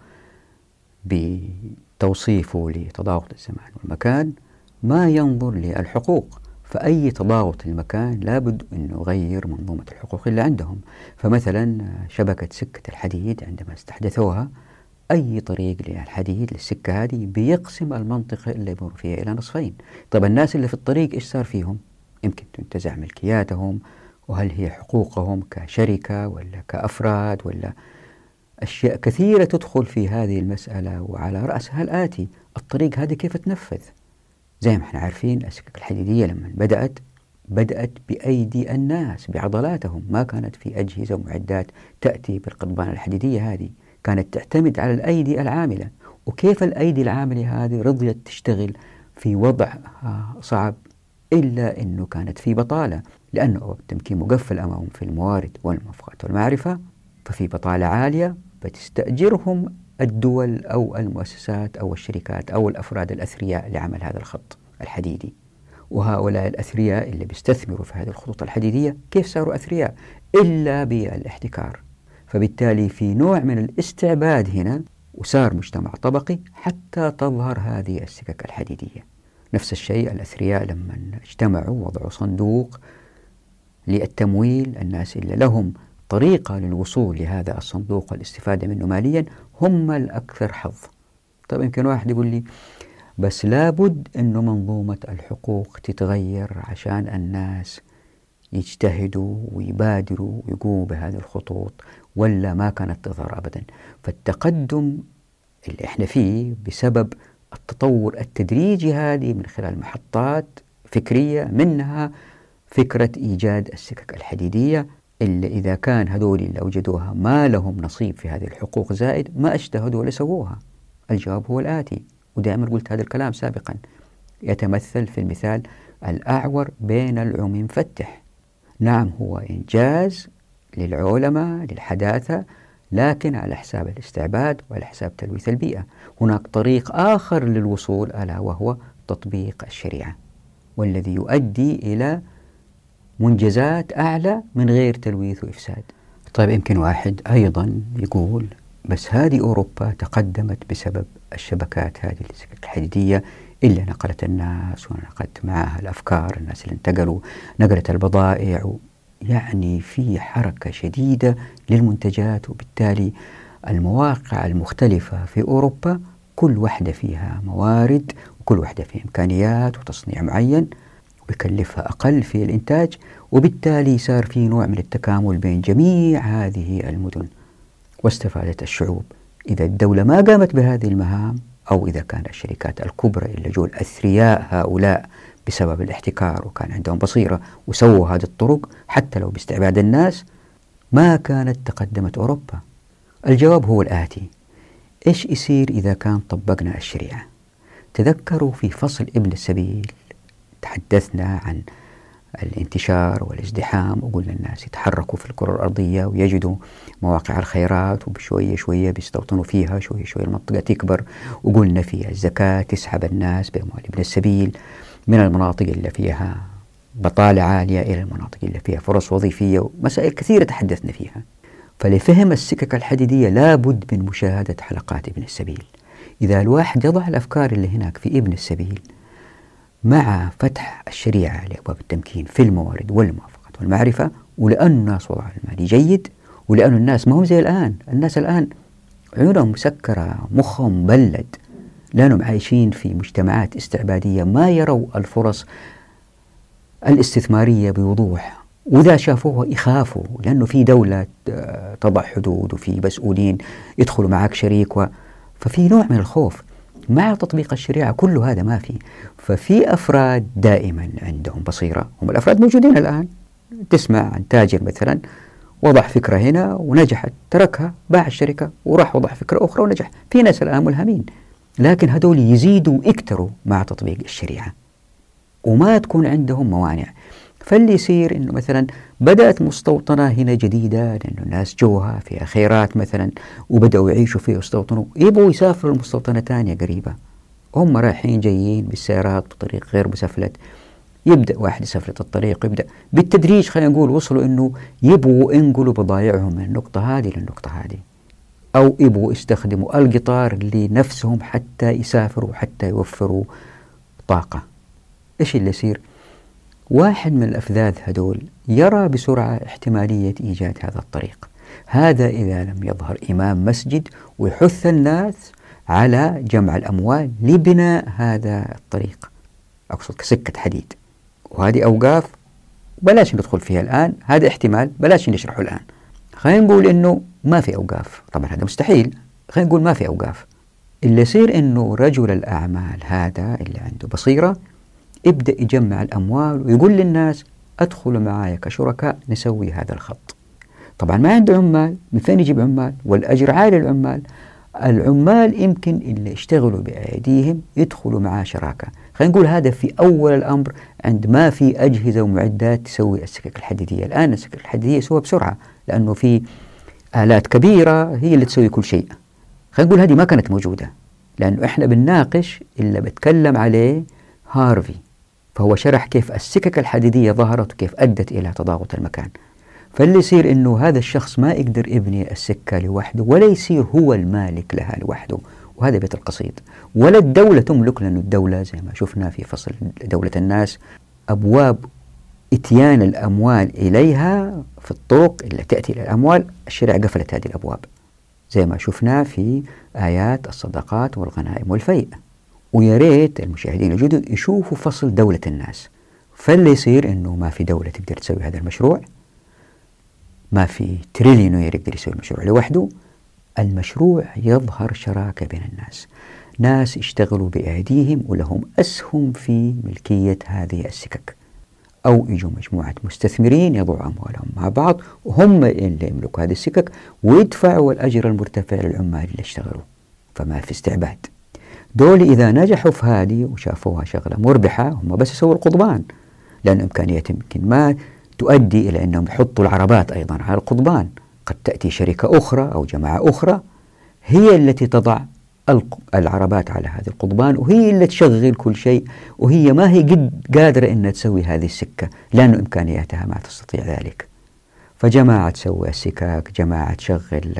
بتوصيفه لتضاغط الزمان والمكان ما ينظر للحقوق، فأي تضاغط المكان لابد أنه يغير منظومة الحقوق اللي عندهم. فمثلا شبكة سكة الحديد عندما استحدثوها، أي طريق للحديد للسكة هذه بيقسم المنطقة اللي يمر فيها إلى نصفين. طب الناس اللي في الطريق إيش صار فيهم؟ يمكن تنتزع ملكياتهم، وهل هي حقوقهم كشركة ولا كأفراد ولا أشياء كثيرة تدخل في هذه المسألة. وعلى رأسها الآتي: الطريق هذه كيف تنفذ؟ زي ما احنا عارفين السكك الحديدية لما بدأت بدأت بأيدي الناس بعضلاتهم، ما كانت في أجهزة ومعدات تأتي بالقضبان الحديدية هذه، كانت تعتمد على الأيدي العاملة. وكيف الأيدي العاملة هذه رضيت تشتغل في وضع صعب إلا أنه كانت في بطالة، لأنه التمكين مقفل أمامهم في الموارد والموافقات والمعرفة، ففي بطالة عالية بتستأجرهم الدول أو المؤسسات أو الشركات أو الأفراد الأثرياء لعمل هذا الخط الحديدي. وهؤلاء الأثرياء اللي بيستثمروا في هذه الخطوط الحديدية كيف صاروا أثرياء؟ إلا بالاحتكار. فبالتالي في نوع من الاستعباد هنا، وصار مجتمع طبقي حتى تظهر هذه السكك الحديدية. نفس الشيء الأثرياء لما اجتمعوا وضعوا صندوق للتمويل، الناس اللي لهم طريقة للوصول لهذا الصندوق والاستفادة منه ماليا هم الأكثر حظ. طيب يمكن واحد يقول لي بس لابد أنه منظومة الحقوق تتغير عشان الناس يجتهدوا ويبادروا ويقوموا بهذه الخطوط، ولا ما كانت تظهر أبدا. فالتقدم اللي احنا فيه بسبب التطور التدريجي هذه من خلال محطات فكرية، منها فكرة إيجاد السكك الحديدية، إلا إذا كان هذول اللي أوجدوها ما لهم نصيب في هذه الحقوق زائد ما اجتهدوا ولا سووها. الجواب هو الآتي، ودائما قلت هذا الكلام سابقا، يتمثل في المثال الأعور بين العمي مفتح. نعم هو إنجاز للعلماء للحداثة، لكن على حساب الاستعباد وعلى حساب تلويث البيئة. هناك طريق آخر للوصول ألا وهو تطبيق الشريعة، والذي يؤدي إلى منجزات أعلى من غير تلويث وإفساد. طيب يمكن واحد أيضا يقول بس هذه أوروبا تقدمت بسبب الشبكات هذه السكك الحديدية اللي نقلت الناس ونقلت معها الأفكار، الناس اللي انتقلوا نقلت البضائع، يعني في حركة شديدة للمنتجات، وبالتالي المواقع المختلفة في أوروبا كل واحدة فيها موارد وكل واحدة فيها إمكانيات وتصنيع معين ويكلفها أقل في الإنتاج، وبالتالي صار في نوع من التكامل بين جميع هذه المدن واستفادت الشعوب. إذا الدولة ما قامت بهذه المهام، أو إذا كان الشركات الكبرى اللي جو الأثرياء هؤلاء بسبب الاحتكار وكان عندهم بصيرة وسووا هذه الطرق حتى لو باستعباد الناس، ما كانت تقدمت أوروبا. الجواب هو الآتي: إيش يصير إذا كان طبقنا الشريعة؟ تذكروا في فصل ابن السبيل تحدثنا عن الانتشار والازدحام، وقلنا الناس يتحركوا في الكرة الأرضية ويجدوا مواقع الخيرات وبشوية شوية بيستوطنوا فيها، شوية شوية المنطقة تكبر. وقلنا فيها الزكاة تسحب الناس بأموال ابن السبيل من المناطق اللي فيها بطالة عالية إلى المناطق اللي فيها فرص وظيفية، ومسائل كثيرة تحدثنا فيها. فلفهم السكك الحديدية لابد من مشاهدة حلقات ابن السبيل. إذا الواحد يضع الأفكار اللي هناك في ابن السبيل مع فتح الشريعة لأبواب التمكين في الموارد والموافقات والمعرفة، ولأن الناس وضعها المالي جيد، ولأن الناس ما هم زي الآن، الناس الآن عيونهم مسكرة مخهم مبلد، لأنهم عايشين في مجتمعات استعبادية ما يروا الفرص الاستثمارية بوضوح، وإذا شافوها يخافوا لأنه في دولة تضع حدود وفي مسؤولين يدخلوا معك شريك و... ففي نوع من الخوف. مع تطبيق الشريعة كل هذا ما في. ففي أفراد دائما عندهم بصيرة، هم الأفراد موجودين الآن. تسمع عن تاجر مثلا وضع فكرة هنا ونجحت، تركها، باع الشركة وراح وضع فكرة أخرى ونجح. في ناس الآن ملهمين، لكن هدول يزيدوا ويكتروا مع تطبيق الشريعة وما تكون عندهم موانع. فاللي يصير إنه مثلا بدأت مستوطنة هنا جديدة لأنه الناس جوها فيها خيرات مثلا وبدأوا يعيشوا فيها واستوطنوا، يبغوا يسافروا لمستوطنة تانية قريبة، هم رايحين جايين بالسيارات بطريق غير مسفلت. يبدأ واحد يسفلت الطريق، يبدأ بالتدريج خلينا نقول وصلوا إنه يبغوا ينقلوا بضائعهم من النقطة هذه للنقطة هذه، أو يبغوا يستخدموا القطار لنفسهم حتى يسافروا حتى يوفروا طاقة. إيش اللي يصير؟ واحد من الأفذاذ هدول يرى بسرعة احتمالية إيجاد هذا الطريق، هذا إذا لم يظهر إمام مسجد ويحث الناس على جمع الأموال لبناء هذا الطريق، أقصد كسكة حديد، وهذه أوقاف بلاش ندخل فيها الآن، هذا احتمال بلاش نشرحه الآن. خلينا نقول إنه ما في أوقاف، طبعا هذا مستحيل، خلينا نقول ما في أوقاف. اللي يصير إنه رجل الأعمال هذا اللي عنده بصيرة يبدأ يجمع الأموال ويقول للناس أدخلوا معايا كشركاء نسوي هذا الخط. طبعا ما عنده عمال، من فين يجيب عمال؟ والأجر عالي العمال. العمال يمكن اللي يشتغلوا بأيديهم يدخلوا معاه شراكة. خلينا نقول هذا في أول الأمر عند ما في أجهزة ومعدات تسوي السكك الحديدية. الآن السكك الحديدية يسوها بسرعة لأنه في آلات كبيرة هي اللي تسوي كل شيء. خلينا نقول هذه ما كانت موجودة، لأنه إحنا بنناقش اللي بتكلم عليه هارفي، فهو شرح كيف السكك الحديدية ظهرت وكيف أدت إلى تضاغط المكان. فاللي يصير إنه هذا الشخص ما يقدر يبني السكة لوحده ولا يصير هو المالك لها لوحده، وهذا بيت القصيد. ولا الدولة تملك، لأنه الدولة زي ما شفنا في فصل دولة الناس أبواب إتيان الأموال إليها في الطرق اللي تأتي إلى الأموال، الشريعة قفلت هذه الأبواب زي ما شفنا في آيات الصدقات والغنائم والفيء. ويا ريت المشاهدين الجدد يشوفوا فصل دولة الناس. فاللي يصير إنه ما في دولة تقدر تسوي هذا المشروع، ما في تريليونير يقدر يسوي المشروع لوحده. المشروع يظهر شراكة بين الناس، ناس يشتغلوا بأيديهم ولهم أسهم في ملكية هذه السكك، أو يجوا مجموعة مستثمرين يضعوا أموالهم مع بعض وهم اللي يملكوا هذه السكك ويدفعوا الأجر المرتفع للعمال اللي اشتغلوا، فما في استعباد. دول إذا نجحوا في هذه وشافوها شغلة مربحة هم بس يسووا القضبان، لأن إمكانياتهم يمكن ما تؤدي إلى أنهم يحطوا العربات أيضا على القضبان. قد تأتي شركة أخرى أو جماعة أخرى هي التي تضع العربات على هذه القضبان، وهي اللي تشغل كل شيء، وهي ما هي قد قادرة أنها تسوي هذه السكة لأن إمكانياتها ما تستطيع ذلك. فجماعة تسوي السكك، جماعة تشغل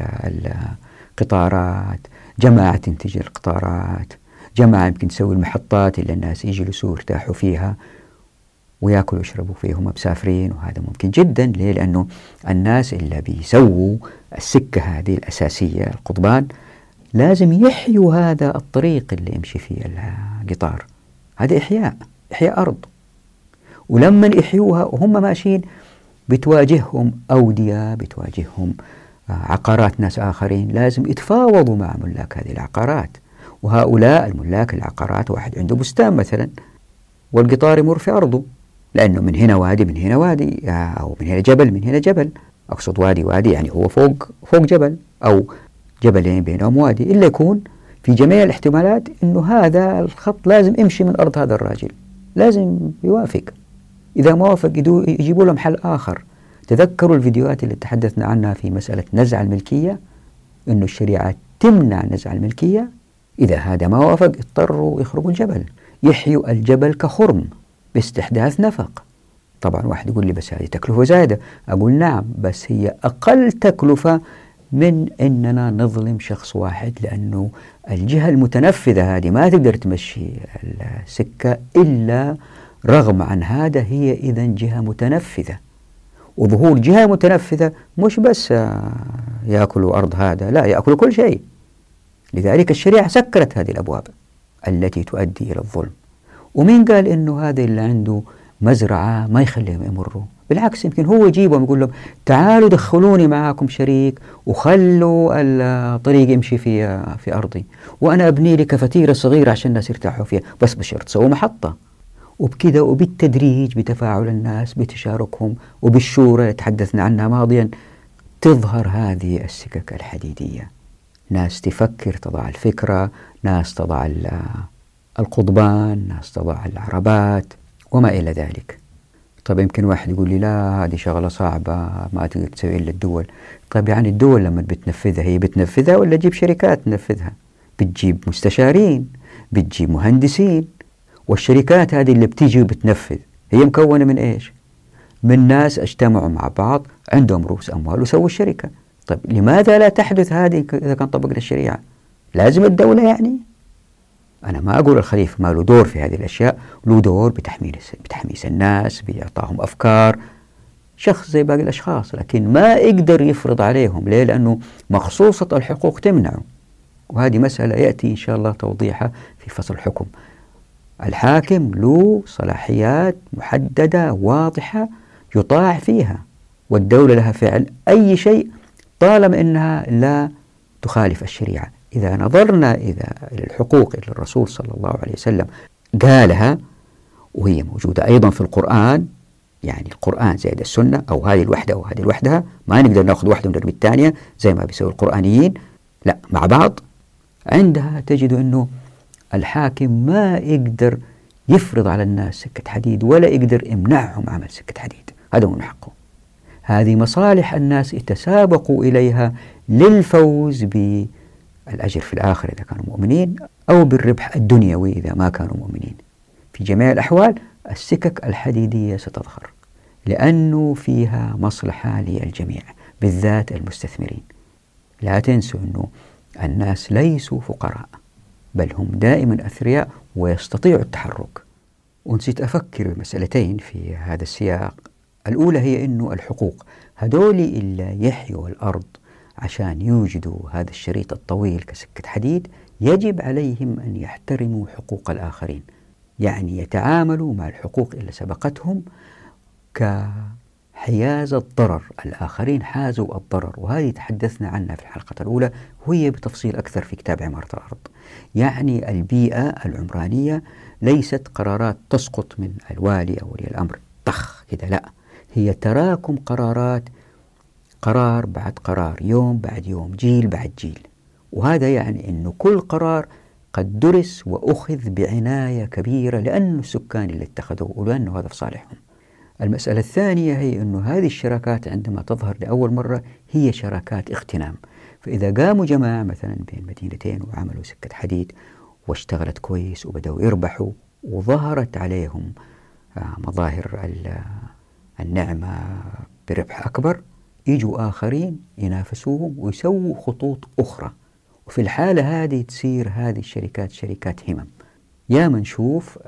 القطارات، جماعة تنتج القطارات، جماعة يمكن تسوي المحطات اللي الناس يجلسوا يرتاحوا فيها ويأكلوا ويشربوا فيهم مسافرين. وهذا ممكن جدا. ليه؟ لأنه الناس اللي بيسووا السكة هذه الأساسية القضبان لازم يحيوا هذا الطريق اللي يمشي فيه القطار. هذا إحياء إحياء أرض، ولما يحيوها وهم ماشيين بتواجههم أودية، بتواجههم عقارات ناس آخرين، لازم يتفاوضوا مع ملاك هذه العقارات. وهؤلاء الملاك العقارات واحد عنده بستان مثلا والقطار يمر في أرضه، لأنه من هنا وادي من هنا وادي، أو من هنا جبل من هنا جبل، أقصد وادي وادي يعني هو فوق فوق جبل، أو جبلين بينهم وادي، إلا يكون في جميع الاحتمالات إنه هذا الخط لازم يمشي من أرض هذا الراجل، لازم يوافق. إذا ما وافق يجيبوا له محل آخر. تذكروا الفيديوهات اللي تحدثنا عنها في مسألة نزع الملكية، إنه الشريعة تمنع نزع الملكية. إذا هذا ما وافق اضطروا يخربوا الجبل، يحيوا الجبل كخرم باستحداث نفق. طبعا واحد يقول لي بس هذه تكلفة زائدة، أقول نعم، بس هي أقل تكلفة من أننا نظلم شخص واحد، لأنه الجهة المتنفذة هذه ما تقدر تمشي السكة إلا رغم عن هذا هي إذن جهة متنفذة. وظهور جهة متنفذة مش بس يأكلوا أرض هذا، لا، يأكلوا كل شيء. لذلك الشريعة سكرت هذه الأبواب التي تؤدي إلى الظلم. ومين قال إنه هذا اللي عنده مزرعة ما يخليهم يمروا؟ بالعكس يمكن هو يجيبهم يقول لهم تعالوا دخلوني معاكم شريك وخلوا الطريق يمشي في في أرضي، وأنا أبني لي كفتيرة صغيرة عشان الناس يرتاحوا فيها، بس بشرط سووا محطة. وبكذا وبالتدريج بتفاعل الناس بتشاركهم وبالشورى تحدثنا عنها ماضيا تظهر هذه السكك الحديدية. ناس تفكر تضع الفكرة، ناس تضع القضبان، ناس تضع العربات وما إلى ذلك. طيب يمكن واحد يقول لي لا هذه شغلة صعبة ما تقدر تسوي إلا الدول. طيب يعني الدول لما بتنفذها هي بتنفذها ولا تجيب شركات تنفذها؟ بتجيب مستشارين، بتجيب مهندسين، والشركات هذه اللي بتيجي وبتنفذ هي مكونة من إيش؟ من ناس اجتمعوا مع بعض عندهم رؤوس أموال وسووا الشركة. طيب لماذا لا تحدث هذه إذا كان طبقنا الشريعة؟ لازم الدولة يعني؟ أنا ما أقول الخليفة ما له دور في هذه الأشياء، له دور بتحميس بتحميس الناس، بإعطائهم أفكار، شخص زي باقي الأشخاص، لكن ما يقدر يفرض عليهم. ليه؟ لأنه مخصوصة الحقوق تمنعه، وهذه مسألة يأتي إن شاء الله توضيحها في فصل الحكم. الحاكم له صلاحيات محددة واضحة يطاع فيها، والدولة لها فعل أي شيء طالما أنها لا تخالف الشريعة. إذا نظرنا إذا الحقوق اللي الرسول صلى الله عليه وسلم قالها وهي موجودة أيضا في القرآن، يعني القرآن زائد السنة أو هذه الوحدة أو هذه الوحدة، ما نقدر نأخذ واحدة ونرمي الثانية زي ما بيسوي القرآنيين، لا مع بعض. عندها تجد أنه الحاكم ما يقدر يفرض على الناس سكة حديد ولا يقدر يمنعهم عمل سكة حديد، هذا من حقه. هذه مصالح الناس يتسابقوا إليها للفوز بالأجر في الآخرة إذا كانوا مؤمنين أو بالربح الدنيوي إذا ما كانوا مؤمنين. في جميع الأحوال السكك الحديدية ستظهر لأنه فيها مصلحة للجميع بالذات المستثمرين. لا تنسوا أنه الناس ليسوا فقراء بل هم دائما أثرياء ويستطيعوا التحرك. ونسيت أفكر بمسألتين في هذا السياق. الأولى هي أنه الحقوق هذول اللي يحيوا الأرض عشان يوجدوا هذا الشريط الطويل كسكة حديد يجب عليهم أن يحترموا حقوق الآخرين، يعني يتعاملوا مع الحقوق اللي سبقتهم كحياز الضرر. الآخرين حازوا الضرر، وهذه تحدثنا عنها في الحلقة الأولى وهي بتفصيل أكثر في كتاب عمارة الأرض. يعني البيئة العمرانية ليست قرارات تسقط من الوالي أو ولي الأمر طخ كده، لا، هي تراكم قرارات، قرار بعد قرار، يوم بعد يوم، جيل بعد جيل. وهذا يعني أنه كل قرار قد درس وأخذ بعناية كبيرة لأنه السكان اللي اتخذوه ولأنه هذا في صالحهم. المسألة الثانية هي أنه هذه الشراكات عندما تظهر لأول مرة هي شراكات اغتنام. فإذا قاموا جماعة مثلا بين مدينتين وعملوا سكة حديد واشتغلت كويس وبدأوا يربحوا وظهرت عليهم مظاهر النعمة بربح أكبر، يجوا آخرين ينافسوهم ويسووا خطوط أخرى، وفي الحالة هذه تصير هذه الشركات شركات همم. يا من نشوف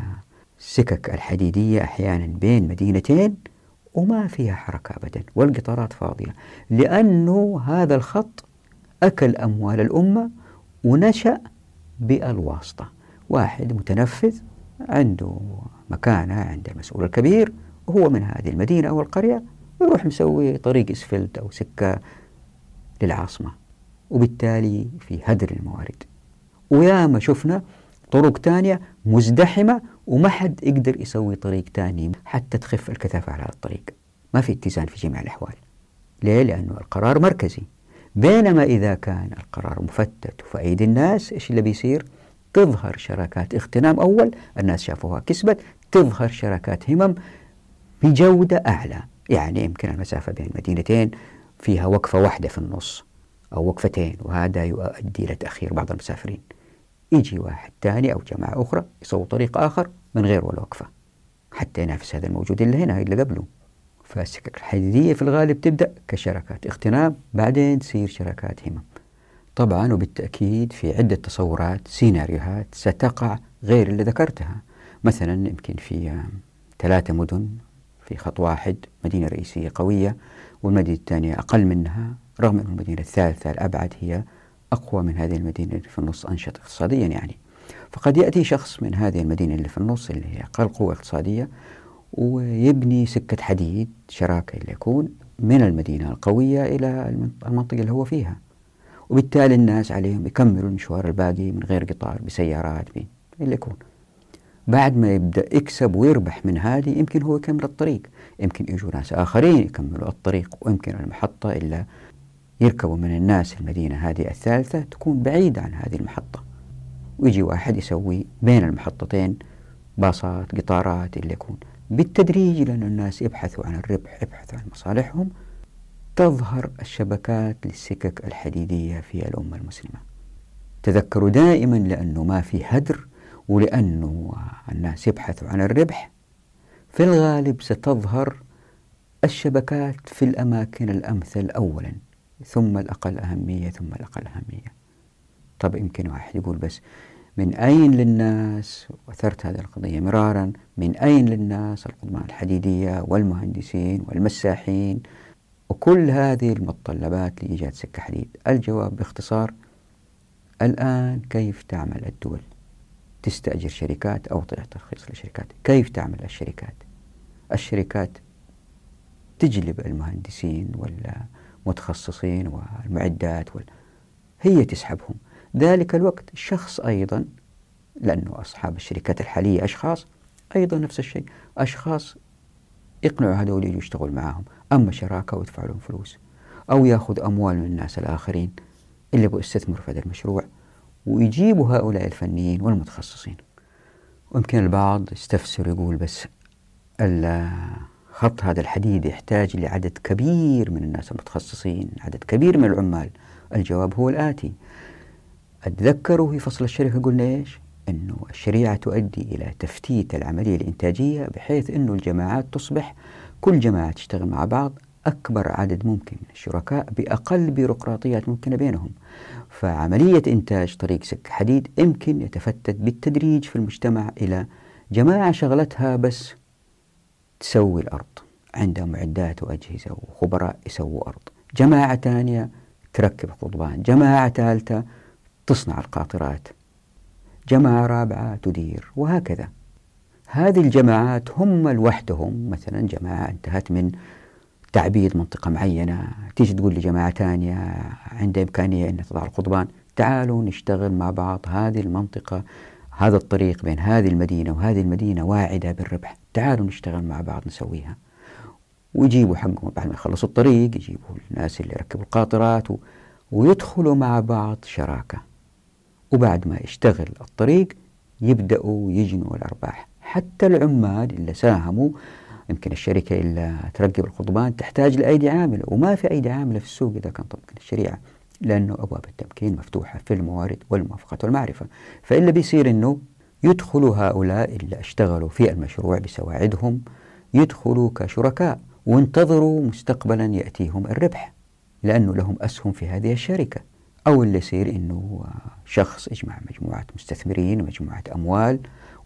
السكك الحديدية أحيانا بين مدينتين وما فيها حركة أبدا والقطارات فاضية، لأنه هذا الخط أكل أموال الأمة ونشأ بالواسطة. واحد متنفذ عنده مكانة عند المسؤول الكبير وهو من هذه المدينة أو القرية ويروح مسوي طريق إسفلت أو سكة للعاصمة، وبالتالي في هدر الموارد. وياما شفنا طرق تانية مزدحمة وما حد يقدر يسوي طريق تاني حتى تخف الكثافة على الطريق. ما في اتزان في جميع الأحوال. ليه؟ لأنه القرار مركزي. بينما إذا كان القرار مفتت وفي أيدي الناس إيش اللي بيصير؟ تظهر شراكات اغتنام أول الناس شافوها كسبت، تظهر شراكات همم بجودة أعلى. يعني يمكن المسافة بين مدينتين فيها وقفة واحدة في النص أو وقفتين، وهذا يؤدي إلى تأخير بعض المسافرين. يجي واحد تاني أو جماعة أخرى يسوي طريق آخر من غير ولا وقفة حتى ينافس هذا الموجود اللي هنا اللي قبله. فالسكك الحديدية في الغالب تبدأ كشراكات اغتنام بعدين تصير شراكات همم. طبعا وبالتأكيد في عدة تصورات سيناريوهات ستقع غير اللي ذكرتها. مثلا يمكن في ثلاثة مدن في خط واحد، مدينة رئيسية قوية والمدينة الثانية أقل منها، رغم أن المدينة الثالثة الأبعد هي أقوى من هذه المدينة اللي في النص أنشط اقتصاديا يعني. فقد يأتي شخص من هذه المدينة اللي في النص اللي هي أقل قوة اقتصادية ويبني سكة حديد شراكة اللي يكون من المدينة القوية إلى المنطقة اللي هو فيها، وبالتالي الناس عليهم يكملوا المشوار الباقي من غير قطار بسيارات بي اللي يكون. بعد ما يبدأ يكسب ويربح من هذه يمكن هو يكمل الطريق، يمكن يجوا ناس آخرين يكملوا الطريق، ويمكن المحطة إلا يركبوا من الناس المدينة هذه الثالثة تكون بعيدة عن هذه المحطة، ويجي واحد يسوي بين المحطتين باصات قطارات اللي يكون. بالتدريج لأن الناس يبحثوا عن الربح، يبحثوا عن مصالحهم، تظهر الشبكات للسكك الحديدية في الأمة المسلمة. تذكروا دائما لأنه ما في هدر ولأنه الناس يبحثوا عن الربح، في الغالب ستظهر الشبكات في الأماكن الأمثل أولا، ثم الأقل أهمية، ثم الأقل أهمية. طب يمكن واحد يقول بس من أين للناس، وأثرت هذه القضية مرارا، من أين للناس القضبان الحديدية والمهندسين والمساحين وكل هذه المتطلبات لإيجاد سكة حديد؟ الجواب باختصار: الآن كيف تعمل الدول؟ تستأجر شركات أو تعطي ترخيص لشركات. كيف تعمل الشركات؟ الشركات تجلب المهندسين والمتخصصين والمعدات وال... هي تسحبهم. ذلك الوقت شخص أيضا، لأنه أصحاب الشركات الحالية أشخاص، أيضا نفس الشيء، أشخاص يقنعوا هذول يجوا يشتغل معاهم، أما شراكة ويدفع لهم فلوس أو يأخذ أموال من الناس الآخرين اللي يبغوا يستثمروا في هذا المشروع، ويجيبوا هؤلاء الفنيين والمتخصصين. ويمكن البعض يستفسر يقول بس خط هذا الحديد يحتاج لعدد كبير من الناس المتخصصين، عدد كبير من العمال. الجواب هو الآتي: أتذكروا في فصل الشركة قلنا إيش؟ أنه الشريعة تؤدي إلى تفتيت العملية الإنتاجية بحيث أنه الجماعات تصبح كل جماعة تشتغل مع بعض، أكبر عدد ممكن من الشركاء بأقل بيروقراطيات ممكنة بينهم. فعملية إنتاج طريق سكة حديد يمكن يتفتت بالتدريج في المجتمع إلى جماعة شغلتها بس تسوي الأرض، عندها معدات وأجهزة وخبراء يسووا أرض، جماعة ثانية تركب قضبان، جماعة ثالثة تصنع القاطرات، جماعة رابعة تدير، وهكذا. هذه الجماعات هم لوحدهم، مثلا جماعة انتهت من تعبيد منطقة معينة، تيجي تقول لجماعة ثانية عندها إمكانية أن تضع القضبان، تعالوا نشتغل مع بعض، هذه المنطقة هذا الطريق بين هذه المدينة وهذه المدينة واعدة بالربح، تعالوا نشتغل مع بعض نسويها. ويجيبوا حقهم بعد ما يخلصوا الطريق، يجيبوا الناس اللي يركبوا القاطرات و... ويدخلوا مع بعض شراكة، وبعد ما يشتغل الطريق يبدأوا يجنوا الأرباح. حتى العمال اللي ساهموا، يمكن الشركة اللي تركب القضبان تحتاج لأيدي عاملة، وما في أيدي عاملة في السوق إذا كان طبقا الشريعة، لأنه أبواب التمكين مفتوحة في الموارد والموافقات والمعرفة. فإلا بيصير أنه يدخلوا هؤلاء اللي اشتغلوا في المشروع بسواعدهم، يدخلوا كشركاء وانتظروا مستقبلا يأتيهم الربح لأنه لهم أسهم في هذه الشركة. أو اللي يصير أنه شخص يجمع مجموعة مستثمرين ومجموعة أموال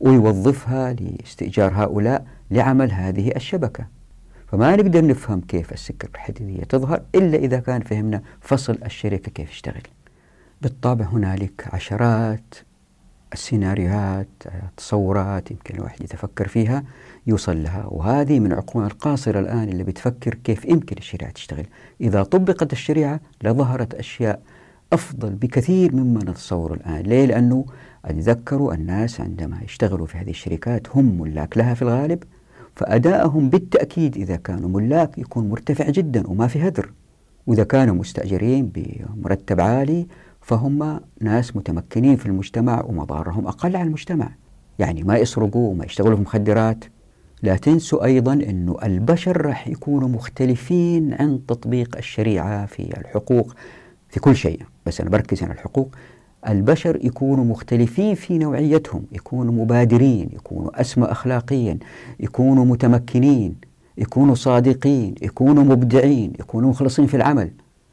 ويوظفها لاستئجار هؤلاء لعمل هذه الشبكة. فما نقدر نفهم كيف السكة الحديدية تظهر إلا إذا كان فهمنا فصل الشركة كيف يشتغل. بالطبع هنالك عشرات السيناريوهات، تصورات يمكن الواحد يتفكر فيها يوصل لها، وهذه من عقولنا القاصرة الآن اللي بتفكر كيف يمكن الشريعة تشتغل. إذا طبقت الشريعة لظهرت أشياء أفضل بكثير مما نتصور الآن. ليه؟ لأنه أتذكروا الناس عندما يشتغلوا في هذه الشركات هم ملاك لها في الغالب، فأدائهم بالتأكيد إذا كانوا ملاك يكون مرتفع جدا وما في هدر، وإذا كانوا مستأجرين بمرتب عالي فهم ناس متمكنين في المجتمع ومضارهم أقل على المجتمع، يعني ما يسرقوا وما يشتغلوا في مخدرات. لا تنسوا أيضا أنه البشر راح يكونوا مختلفين عن تطبيق الشريعة في الحقوق في كل شيء، بس أنا بركز على الحقوق. البشر يكونوا مختلفين في نوعيتهم، يكونوا مبادرين، يكونوا أسمى أخلاقيا، يكونوا متمكنين، يكونوا صادقين، يكونوا مبدعين، يكونوا مخلصين في العمل.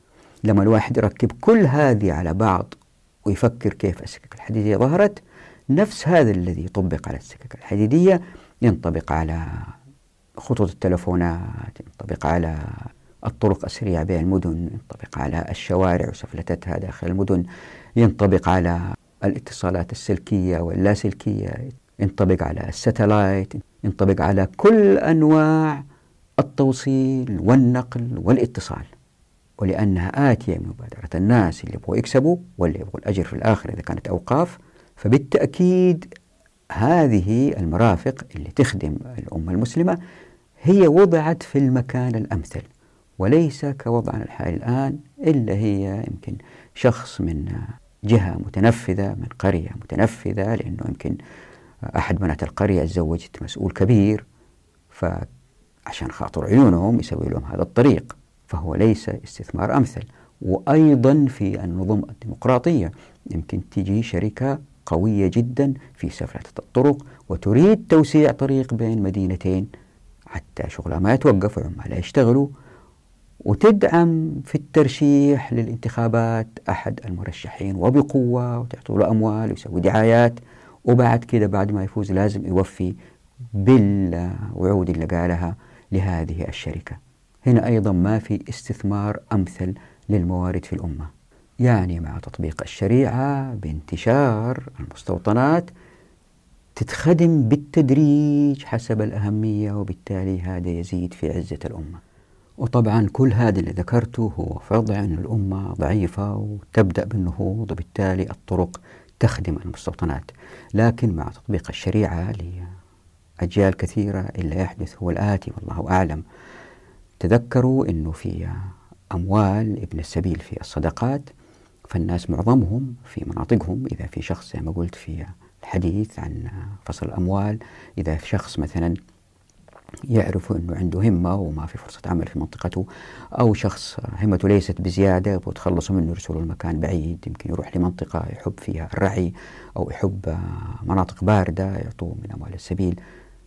لما الواحد يركب كل هذه على بعض ويفكر كيف السكك الحديدية ظهرت، نفس هذا الذي يطبق على السكك الحديدية ينطبق على خطوط التلفونات، ينطبق على الطرق السريعة بين المدن، ينطبق على الشوارع وسفلتتها داخل المدن، ينطبق على الاتصالات السلكية واللاسلكية، ينطبق على الساتلايت، ينطبق على كل أنواع التوصيل والنقل والاتصال، ولأنها آتية من مبادرة الناس اللي يبغوا يكسبوا واللي يبغوا الأجر في الآخرة إذا كانت أوقاف، فبالتأكيد هذه المرافق اللي تخدم الأمة المسلمة هي وضعت في المكان الأمثل، وليس كوضعنا الحالي الآن إلا هي يمكن شخص من جهة متنفذة، من قرية متنفذة، لأنه يمكن أحد بنات القرية تزوجت مسؤول كبير، فعشان خاطر عيونهم يسوي لهم هذا الطريق، فهو ليس استثمار أمثل. وأيضا في النظم الديمقراطية يمكن تجي شركة قوية جدا في سفلتة الطرق وتريد توسيع طريق بين مدينتين حتى شغلها ما يتوقف وعمالها يشتغلوا، وتدعم في الترشيح للانتخابات أحد المرشحين وبقوة وتعطوا له أموال ويسوي دعايات، وبعد كده بعد ما يفوز لازم يوفي بالوعود اللي قالها لهذه الشركة. هنا أيضا ما في استثمار أمثل للموارد في الأمة. يعني مع تطبيق الشريعة بانتشار المستوطنات تتخدم بالتدريج حسب الأهمية، وبالتالي هذا يزيد في عزة الأمة. وطبعا كل هذا اللي ذكرته هو في وضع أن الأمة ضعيفة وتبدأ بالنهوض، وبالتالي الطرق تخدم المستوطنات. لكن مع تطبيق الشريعة لأجيال كثيرة اللي يحدث هو الآتي والله أعلم. تذكروا أنه في أموال ابن السبيل في الصدقات، فالناس معظمهم في مناطقهم إذا في شخص زي ما قلت في الحديث عن فصل الأموال، إذا في شخص مثلا يعرف أنه عنده همة وما في فرصة عمل في منطقته، أو شخص همته ليست بزيادة وتخلصوا منه يرسلوا المكان بعيد، يمكن يروح لمنطقة يحب فيها الرعي أو يحب مناطق باردة يعطوه من أموال السبيل،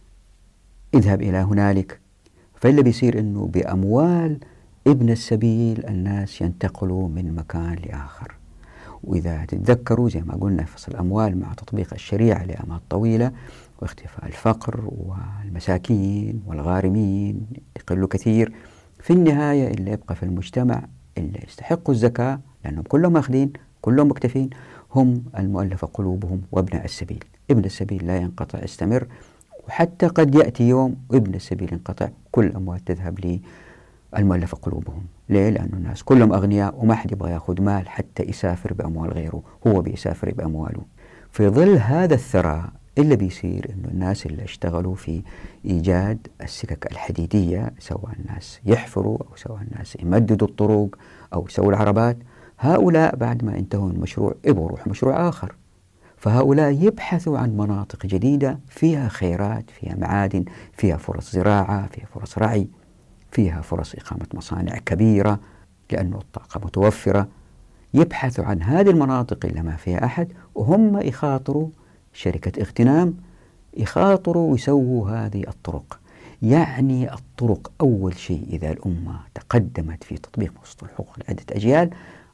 اذهب إلى هنالك. فاللي بيصير أنه بأموال ابن السبيل الناس ينتقلوا من مكان لآخر. وإذا تتذكروا زي ما قلنا في فصل الأموال مع تطبيق الشريعة لأمات طويلة واختفاء الفقر والمساكين والغارمين يقلوا كثير، في النهاية اللي يبقى في المجتمع اللي يستحقوا الزكاة لأنهم كلهم أخذين كلهم مكتفين هم المؤلفة قلوبهم وابناء السبيل. ابن السبيل لا ينقطع، يستمر، وحتى قد يأتي يوم ابن السبيل ينقطع، كل الأموال تذهب للمؤلفة قلوبهم. ليه؟ لأن الناس كلهم أغنياء وما حد يبغى يأخذ مال حتى يسافر بأموال غيره، هو بيسافر بأمواله. في ظل هذا الثراء اللي بيصير إنه الناس اللي اشتغلوا في إيجاد السكك الحديدية، سواء الناس يحفروا أو سواء الناس يمددوا الطرق أو يسووا العربات، هؤلاء بعد ما انتهوا من المشروع يبغوا يروحوا مشروع آخر، فهؤلاء يبحثوا عن مناطق جديدة فيها خيرات، فيها معادن، فيها فرص زراعة، فيها فرص رعي، فيها فرص إقامة مصانع كبيرة لأنه الطاقة متوفرة. يبحثوا عن هذه المناطق اللي ما فيها أحد، وهم يخاطروا شركة اغتنام يخاطروا ويسووا هذه الطرق. يعني الطرق أول شيء إذا الأمة تقدمت في تطبيق مصطلح الحقوق لعدة أجيال،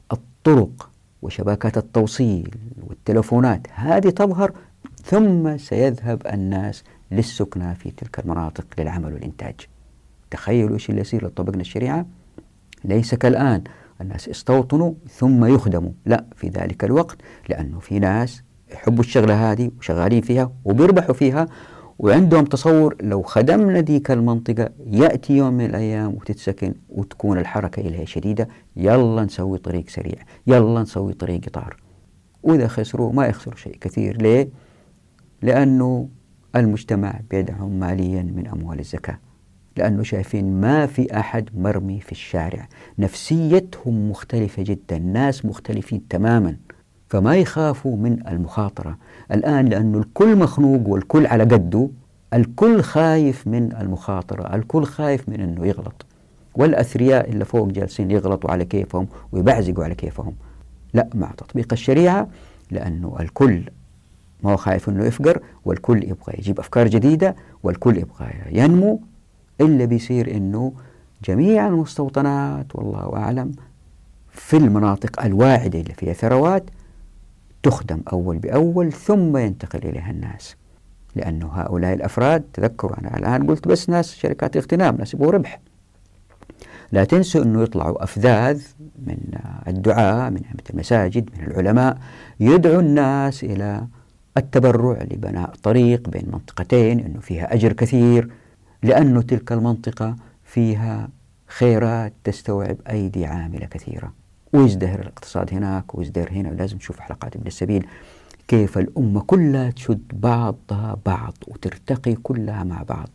الطرق وشبكات التوصيل والتلفونات هذه تظهر، ثم سيذهب الناس للسكنى في تلك المناطق للعمل والإنتاج. تخيلوا إيش اللي يصير لو طبقنا الشريعة. ليس كالآن الناس استوطنوا ثم يخدموا، لا، في ذلك الوقت لأنه في ناس يحبوا الشغلة هذه وشغالين فيها وبيربحوا فيها، وعندهم تصور لو خدمنا ديك المنطقة يأتي يوم من الأيام وتتسكن وتكون الحركة إليها شديدة، يلا نسوي طريق سريع، يلا نسوي طريق قطار. وإذا خسروا ما يخسروا شيء كثير. ليه؟ لأنه المجتمع بيدعم ماليا من أموال الزكاة، لأنه شايفين ما في أحد مرمي في الشارع، نفسيتهم مختلفة جدا، ناس مختلفين تماما، فما يخافوا من المخاطرة الآن، لأنه الكل مخنوق والكل على قده، الكل خايف من المخاطرة، الكل خايف من أنه يغلط، والأثرياء اللي فوق جالسين يغلطوا على كيفهم ويبعزقوا على كيفهم. لا، مع تطبيق الشريعة لأنه الكل ما هو خايف أنه يفقر، والكل يبغى يجيب أفكار جديدة، والكل يبغى ينمو، إلا بيصير أنه جميع المستوطنات والله أعلم في المناطق الواعدة اللي فيها ثروات تخدم أول بأول ثم ينتقل إليها الناس، لأنه هؤلاء الأفراد تذكروا أنا الآن قلت بس ناس شركات اغتنام، ناس يبغوا ربح. لا تنسوا أنه يطلعوا أفذاذ من الدعاء، من أئمة المساجد، من العلماء، يدعوا الناس إلى التبرع لبناء طريق بين منطقتين أنه فيها أجر كثير، لأنه تلك المنطقة فيها خيرات تستوعب أيدي عاملة كثيرة، ويزدهر الاقتصاد هناك ويزدهر هنا. ولازم نشوف حلقات ابن السبيل كيف الأمة كلها تشد بعضها بعض وترتقي كلها مع بعض،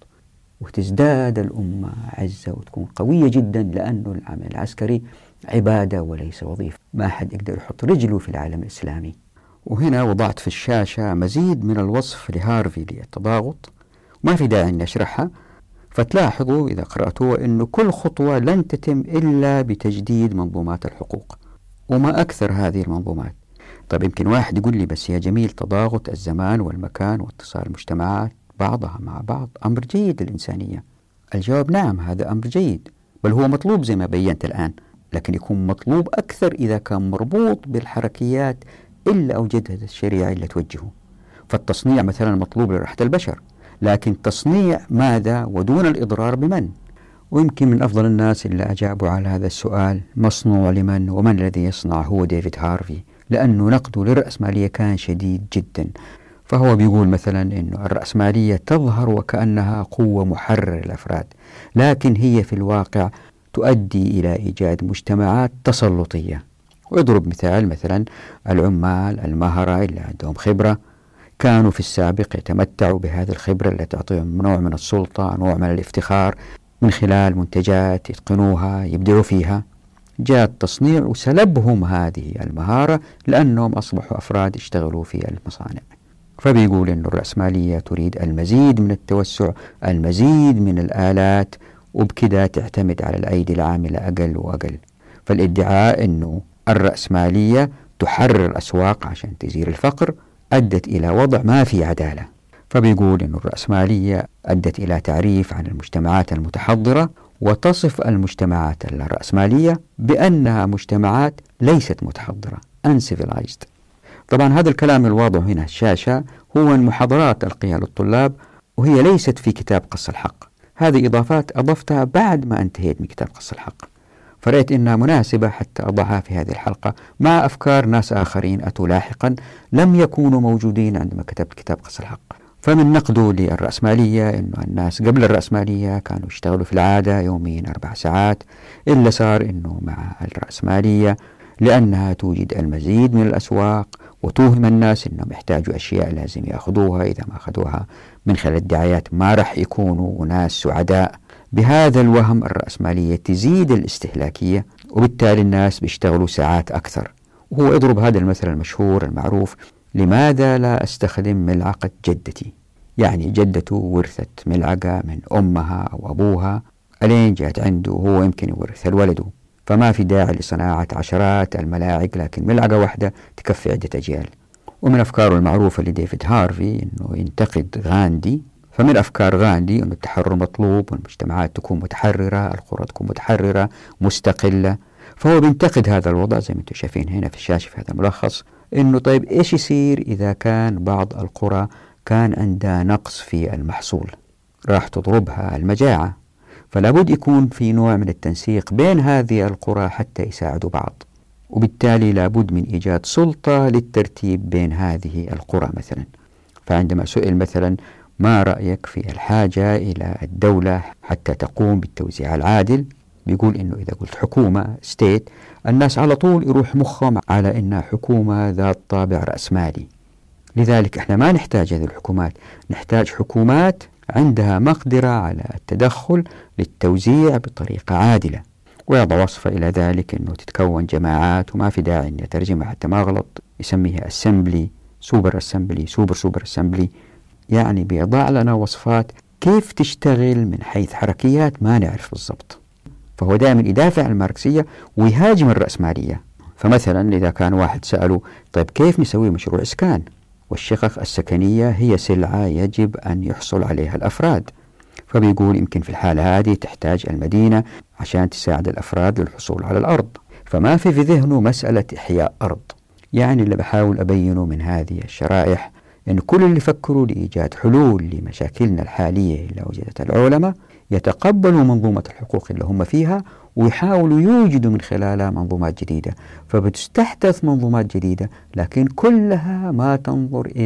وتزداد الأمة عزة وتكون قوية جدا، لأنه العمل العسكري عبادة وليس وظيفة. ما حد يقدر يحط رجله في العالم الإسلامي. وهنا وضعت في الشاشة مزيد من الوصف لهارفي للتضاغط، وما في داعي أن نشرحها، فتلاحظوا إذا قرأتوه أنه كل خطوة لن تتم إلا بتجديد منظومات الحقوق، وما أكثر هذه المنظومات. طيب يمكن واحد يقول لي بس يا جميل تضاغط الزمان والمكان واتصال المجتمعات بعضها مع بعض أمر جيد للإنسانية. الجواب نعم، هذا أمر جيد، بل هو مطلوب زي ما بينت الآن، لكن يكون مطلوب أكثر إذا كان مربوط بالحركيات اللي أوجدها الشريعة اللي توجهه. فالتصنيع مثلا مطلوب لراحة البشر، لكن تصنيع ماذا ودون الإضرار بمن؟ ويمكن من أفضل الناس اللي أجابوا على هذا السؤال مصنوع لمن ومن الذي يصنع هو ديفيد هارفي، لأنه نقده للرأسمالية كان شديد جدا. فهو بيقول مثلا أنه الرأسمالية تظهر وكأنها قوة محررة للأفراد، لكن هي في الواقع تؤدي إلى إيجاد مجتمعات تسلطية. ويضرب مثال مثلا العمال المهرة اللي عندهم خبرة كانوا في السابق يتمتعوا بهذه الخبرة التي تعطيهم نوع من السلطة، نوع من الافتخار من خلال منتجات يتقنوها يبدعوا فيها. جاء التصنيع وسلبهم هذه المهارة لأنهم أصبحوا أفراد يشتغلوا في المصانع. فبيقول أن الرأسمالية تريد المزيد من التوسع، المزيد من الآلات، وبكذا تعتمد على الأيدي العاملة أقل وأقل. فالادعاء أنه الرأسمالية تحرر الأسواق عشان تزيل الفقر أدت إلى وضع ما في عدالة. فبيقول أن الرأسمالية أدت إلى تعريف عن المجتمعات المتحضرة، وتصف المجتمعات الرأسمالية بأنها مجتمعات ليست متحضرة uncivilized. طبعا هذا الكلام الواضح هنا الشاشة هو من محاضرات ألقيها للطلاب، وهي ليست في كتاب قص الحق. هذه إضافات أضفتها بعد ما انتهيت من كتاب قص الحق، فرأيت إنها مناسبة حتى أضعها في هذه الحلقة مع أفكار ناس آخرين أتوا لاحقا لم يكونوا موجودين عندما كتبت كتاب قص الحق. فمن نقده للرأسمالية إنه الناس قبل الرأسمالية كانوا يشتغلوا في العادة يوميا أربع ساعات، إلا صار إنه مع الرأسمالية لأنها توجد المزيد من الأسواق وتوهم الناس إنهم يحتاجوا أشياء لازم يأخذوها، إذا ما أخذوها من خلال الدعايات ما رح يكونوا ناس سعداء. بهذا الوهم الرأسمالية تزيد الاستهلاكية، وبالتالي الناس بيشتغلوا ساعات أكثر. وهو يضرب هذا المثل المشهور المعروف: لماذا لا أستخدم ملعقة جدتي؟ يعني جدته ورثت ملعقة من أمها أو أبوها ألين جاءت عنده وهو يمكن يورثها لولده، فما في داعي لصناعة عشرات الملاعق، لكن ملعقة واحدة تكفي عدة أجيال. ومن أفكاره المعروفة لديفيد هارفي أنه ينتقد غاندي. فمن أفكار غاندي أن التحرر مطلوب والمجتمعات تكون متحررة، القرى تكون متحررة مستقلة. فهو بينتقد هذا الوضع زي ما انتم شايفين هنا في الشاشة في هذا الملخص، إنه طيب إيش يصير إذا كان بعض القرى كان عندها نقص في المحصول؟ راح تضربها المجاعة، فلا بد يكون في نوع من التنسيق بين هذه القرى حتى يساعدوا بعض، وبالتالي لابد من إيجاد سلطة للترتيب بين هذه القرى مثلا. فعندما سئل مثلا ما رأيك في الحاجة إلى الدولة حتى تقوم بالتوزيع العادل، بيقول إنه إذا قلت حكومة ستيت الناس على طول يروح مخهم على إنها حكومة ذات طابع رأسمالي. لذلك إحنا ما نحتاج هذه الحكومات، نحتاج حكومات عندها مقدرة على التدخل للتوزيع بطريقة عادلة. ويضع وصفة إلى ذلك أنه تتكون جماعات، وما في داعي أن يترجمها حتى ما غلط، يسميها أسمبلي، سوبر أسمبلي، سوبر سوبر أسمبلي. يعني بيضع لنا وصفات كيف تشتغل من حيث حركيات ما نعرف بالضبط. فهو دائما يدافع عن الماركسية ويهاجم الرأسمالية. فمثلا إذا كان واحد سأله طيب كيف نسوي مشروع إسكان؟ والشقق السكنية هي سلعة يجب أن يحصل عليها الأفراد. فبيقول يمكن في الحالة هذه تحتاج المدينة عشان تساعد الأفراد للحصول على الأرض. فما في في ذهنه مسألة إحياء أرض. يعني اللي بحاول أبينه من هذه الشرائح أن كل اللي فكروا لإيجاد حلول لمشاكلنا الحالية اللي وجدت العلماء يتقبلوا منظومة الحقوق اللي هم فيها ويحاولوا يوجدوا من خلالها منظومات جديدة. فبتستحدث منظومات جديدة لكن كلها ما تنظر إلى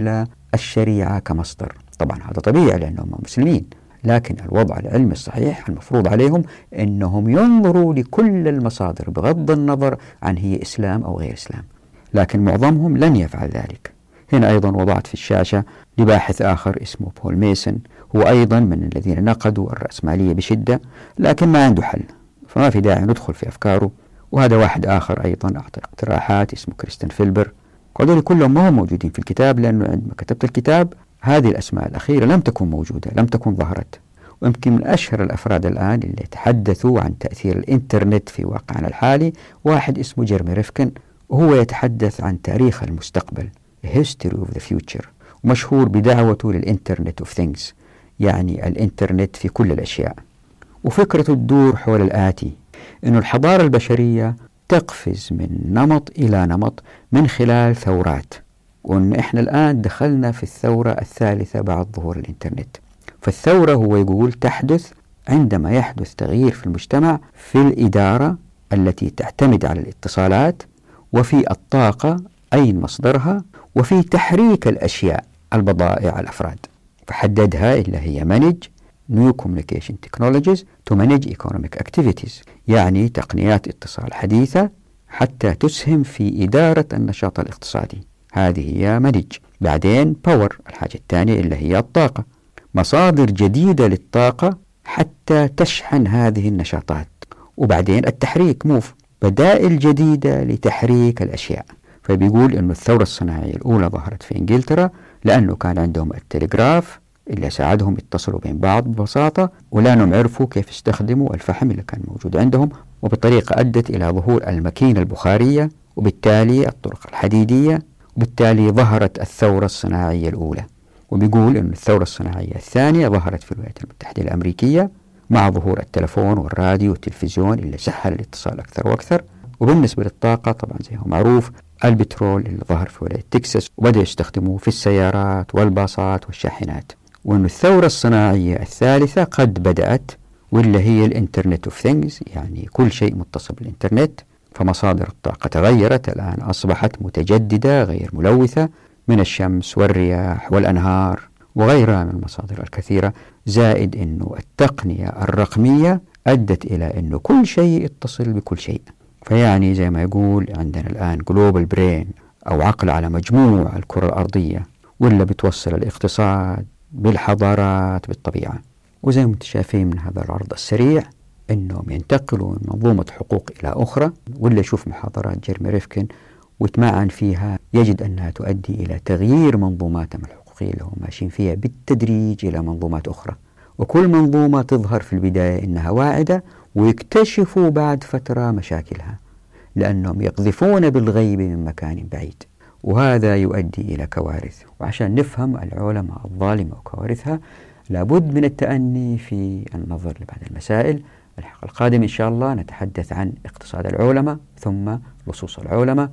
الشريعة كمصدر. طبعا هذا طبيعي لأنهم مسلمين، لكن الوضع العلمي الصحيح المفروض عليهم أنهم ينظروا لكل المصادر بغض النظر عن هي إسلام أو غير إسلام، لكن معظمهم لن يفعل ذلك. هنا أيضا وضعت في الشاشة لباحث آخر اسمه بول ميسون، هو أيضا من الذين نقدوا الرأسمالية بشدة لكن ما عنده حل، فما في داعي ندخل في أفكاره. وهذا واحد آخر أيضا أعطى اقتراحات اسمه كريستن فيلبر، وهذول كلهم ما هم موجودين في الكتاب، لأنه عندما كتبت الكتاب هذه الأسماء الأخيرة لم تكن موجودة، لم تكن ظهرت. ويمكن من أشهر الأفراد الآن اللي يتحدثوا عن تأثير الإنترنت في واقعنا الحالي واحد اسمه جيرمي ريفكن، وهو يتحدث عن تاريخ المستقبل History of the Future، ومشهور بدعوته للإنترنت of Things، يعني الإنترنت في كل الأشياء. وفكرته تدور حول الآتي: أن الحضارة البشرية تقفز من نمط إلى نمط من خلال ثورات، وأن إحنا الآن دخلنا في الثورة الثالثة بعد ظهور الإنترنت. فالثورة هو يقول تحدث عندما يحدث تغيير في المجتمع في الإدارة التي تعتمد على الاتصالات، وفي الطاقة أين مصدرها، وفي تحريك الأشياء البضائع الأفراد. فحددها اللي هي manage new communication technologies to manage economic activities، يعني تقنيات اتصال حديثة حتى تسهم في إدارة النشاط الاقتصادي، هذه هي manage. بعدين power، الحاجة الثانية اللي هي الطاقة، مصادر جديدة للطاقة حتى تشحن هذه النشاطات. وبعدين التحريك move، بدائل جديدة لتحريك الأشياء. فبيقول أن الثورة الصناعية الأولى ظهرت في إنجلترا لأنه كان عندهم التلغراف اللي ساعدهم يتصلوا بين بعض ببساطة، ولأنهم عرفوا كيف يستخدموا الفحم اللي كان موجود عندهم، وبطريقة أدت إلى ظهور الماكينة البخارية، وبالتالي الطرق الحديدية، وبالتالي ظهرت الثورة الصناعية الأولى. وبيقول أن الثورة الصناعية الثانية ظهرت في الولايات المتحدة الأمريكية مع ظهور التلفون والراديو والتلفزيون اللي سهل الاتصال أكثر وأكثر. وبالنسبة للطاقة طبعا زي ما معروف البترول اللي ظهر في ولاية تكساس وبدأوا يستخدموه في السيارات والباصات والشاحنات. وأن الثورة الصناعية الثالثة قد بدأت، واللي هي الانترنت اوف ثينجز، يعني كل شيء متصل بالإنترنت. فمصادر الطاقة تغيرت، الآن أصبحت متجددة غير ملوثة من الشمس والرياح والأنهار وغيرها من المصادر الكثيرة، زائد أنه التقنية الرقمية أدت إلى أنه كل شيء يتصل بكل شيء. فيعني زي ما يقول عندنا الآن جلوبال برين أو عقل على مجموع الكرة الأرضية، ولا بتوصل الاقتصاد بالحضارات بالطبيعة. وزي ما انتم شايفين من هذا العرض السريع أنهم ينتقلوا من منظومة حقوق إلى أخرى، ولا يشوف محاضرات جيرمي ريفكن ويتمعن فيها يجد أنها تؤدي إلى تغيير منظوماتهم الحقوقية اللي هم ماشيين فيها بالتدريج إلى منظومات أخرى. وكل منظومة تظهر في البداية إنها واعدة، ويكتشفوا بعد فترة مشاكلها لأنهم يقذفون بالغيب من مكان بعيد، وهذا يؤدي إلى كوارث. وعشان نفهم العولمة الظالمة وكوارثها لابد من التأني في النظر لبعض المسائل. الحلقة القادمة إن شاء الله نتحدث عن اقتصاد العولمة ثم لصوص العولمة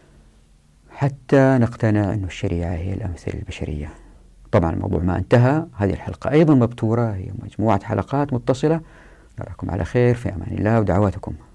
حتى نقتنع أن الشريعة هي الأمثلة البشرية. طبعا الموضوع ما انتهى، هذه الحلقة أيضا مبتورة، هي مجموعة حلقات متصلة. نراكم على خير، في أمان الله ودعواتكم.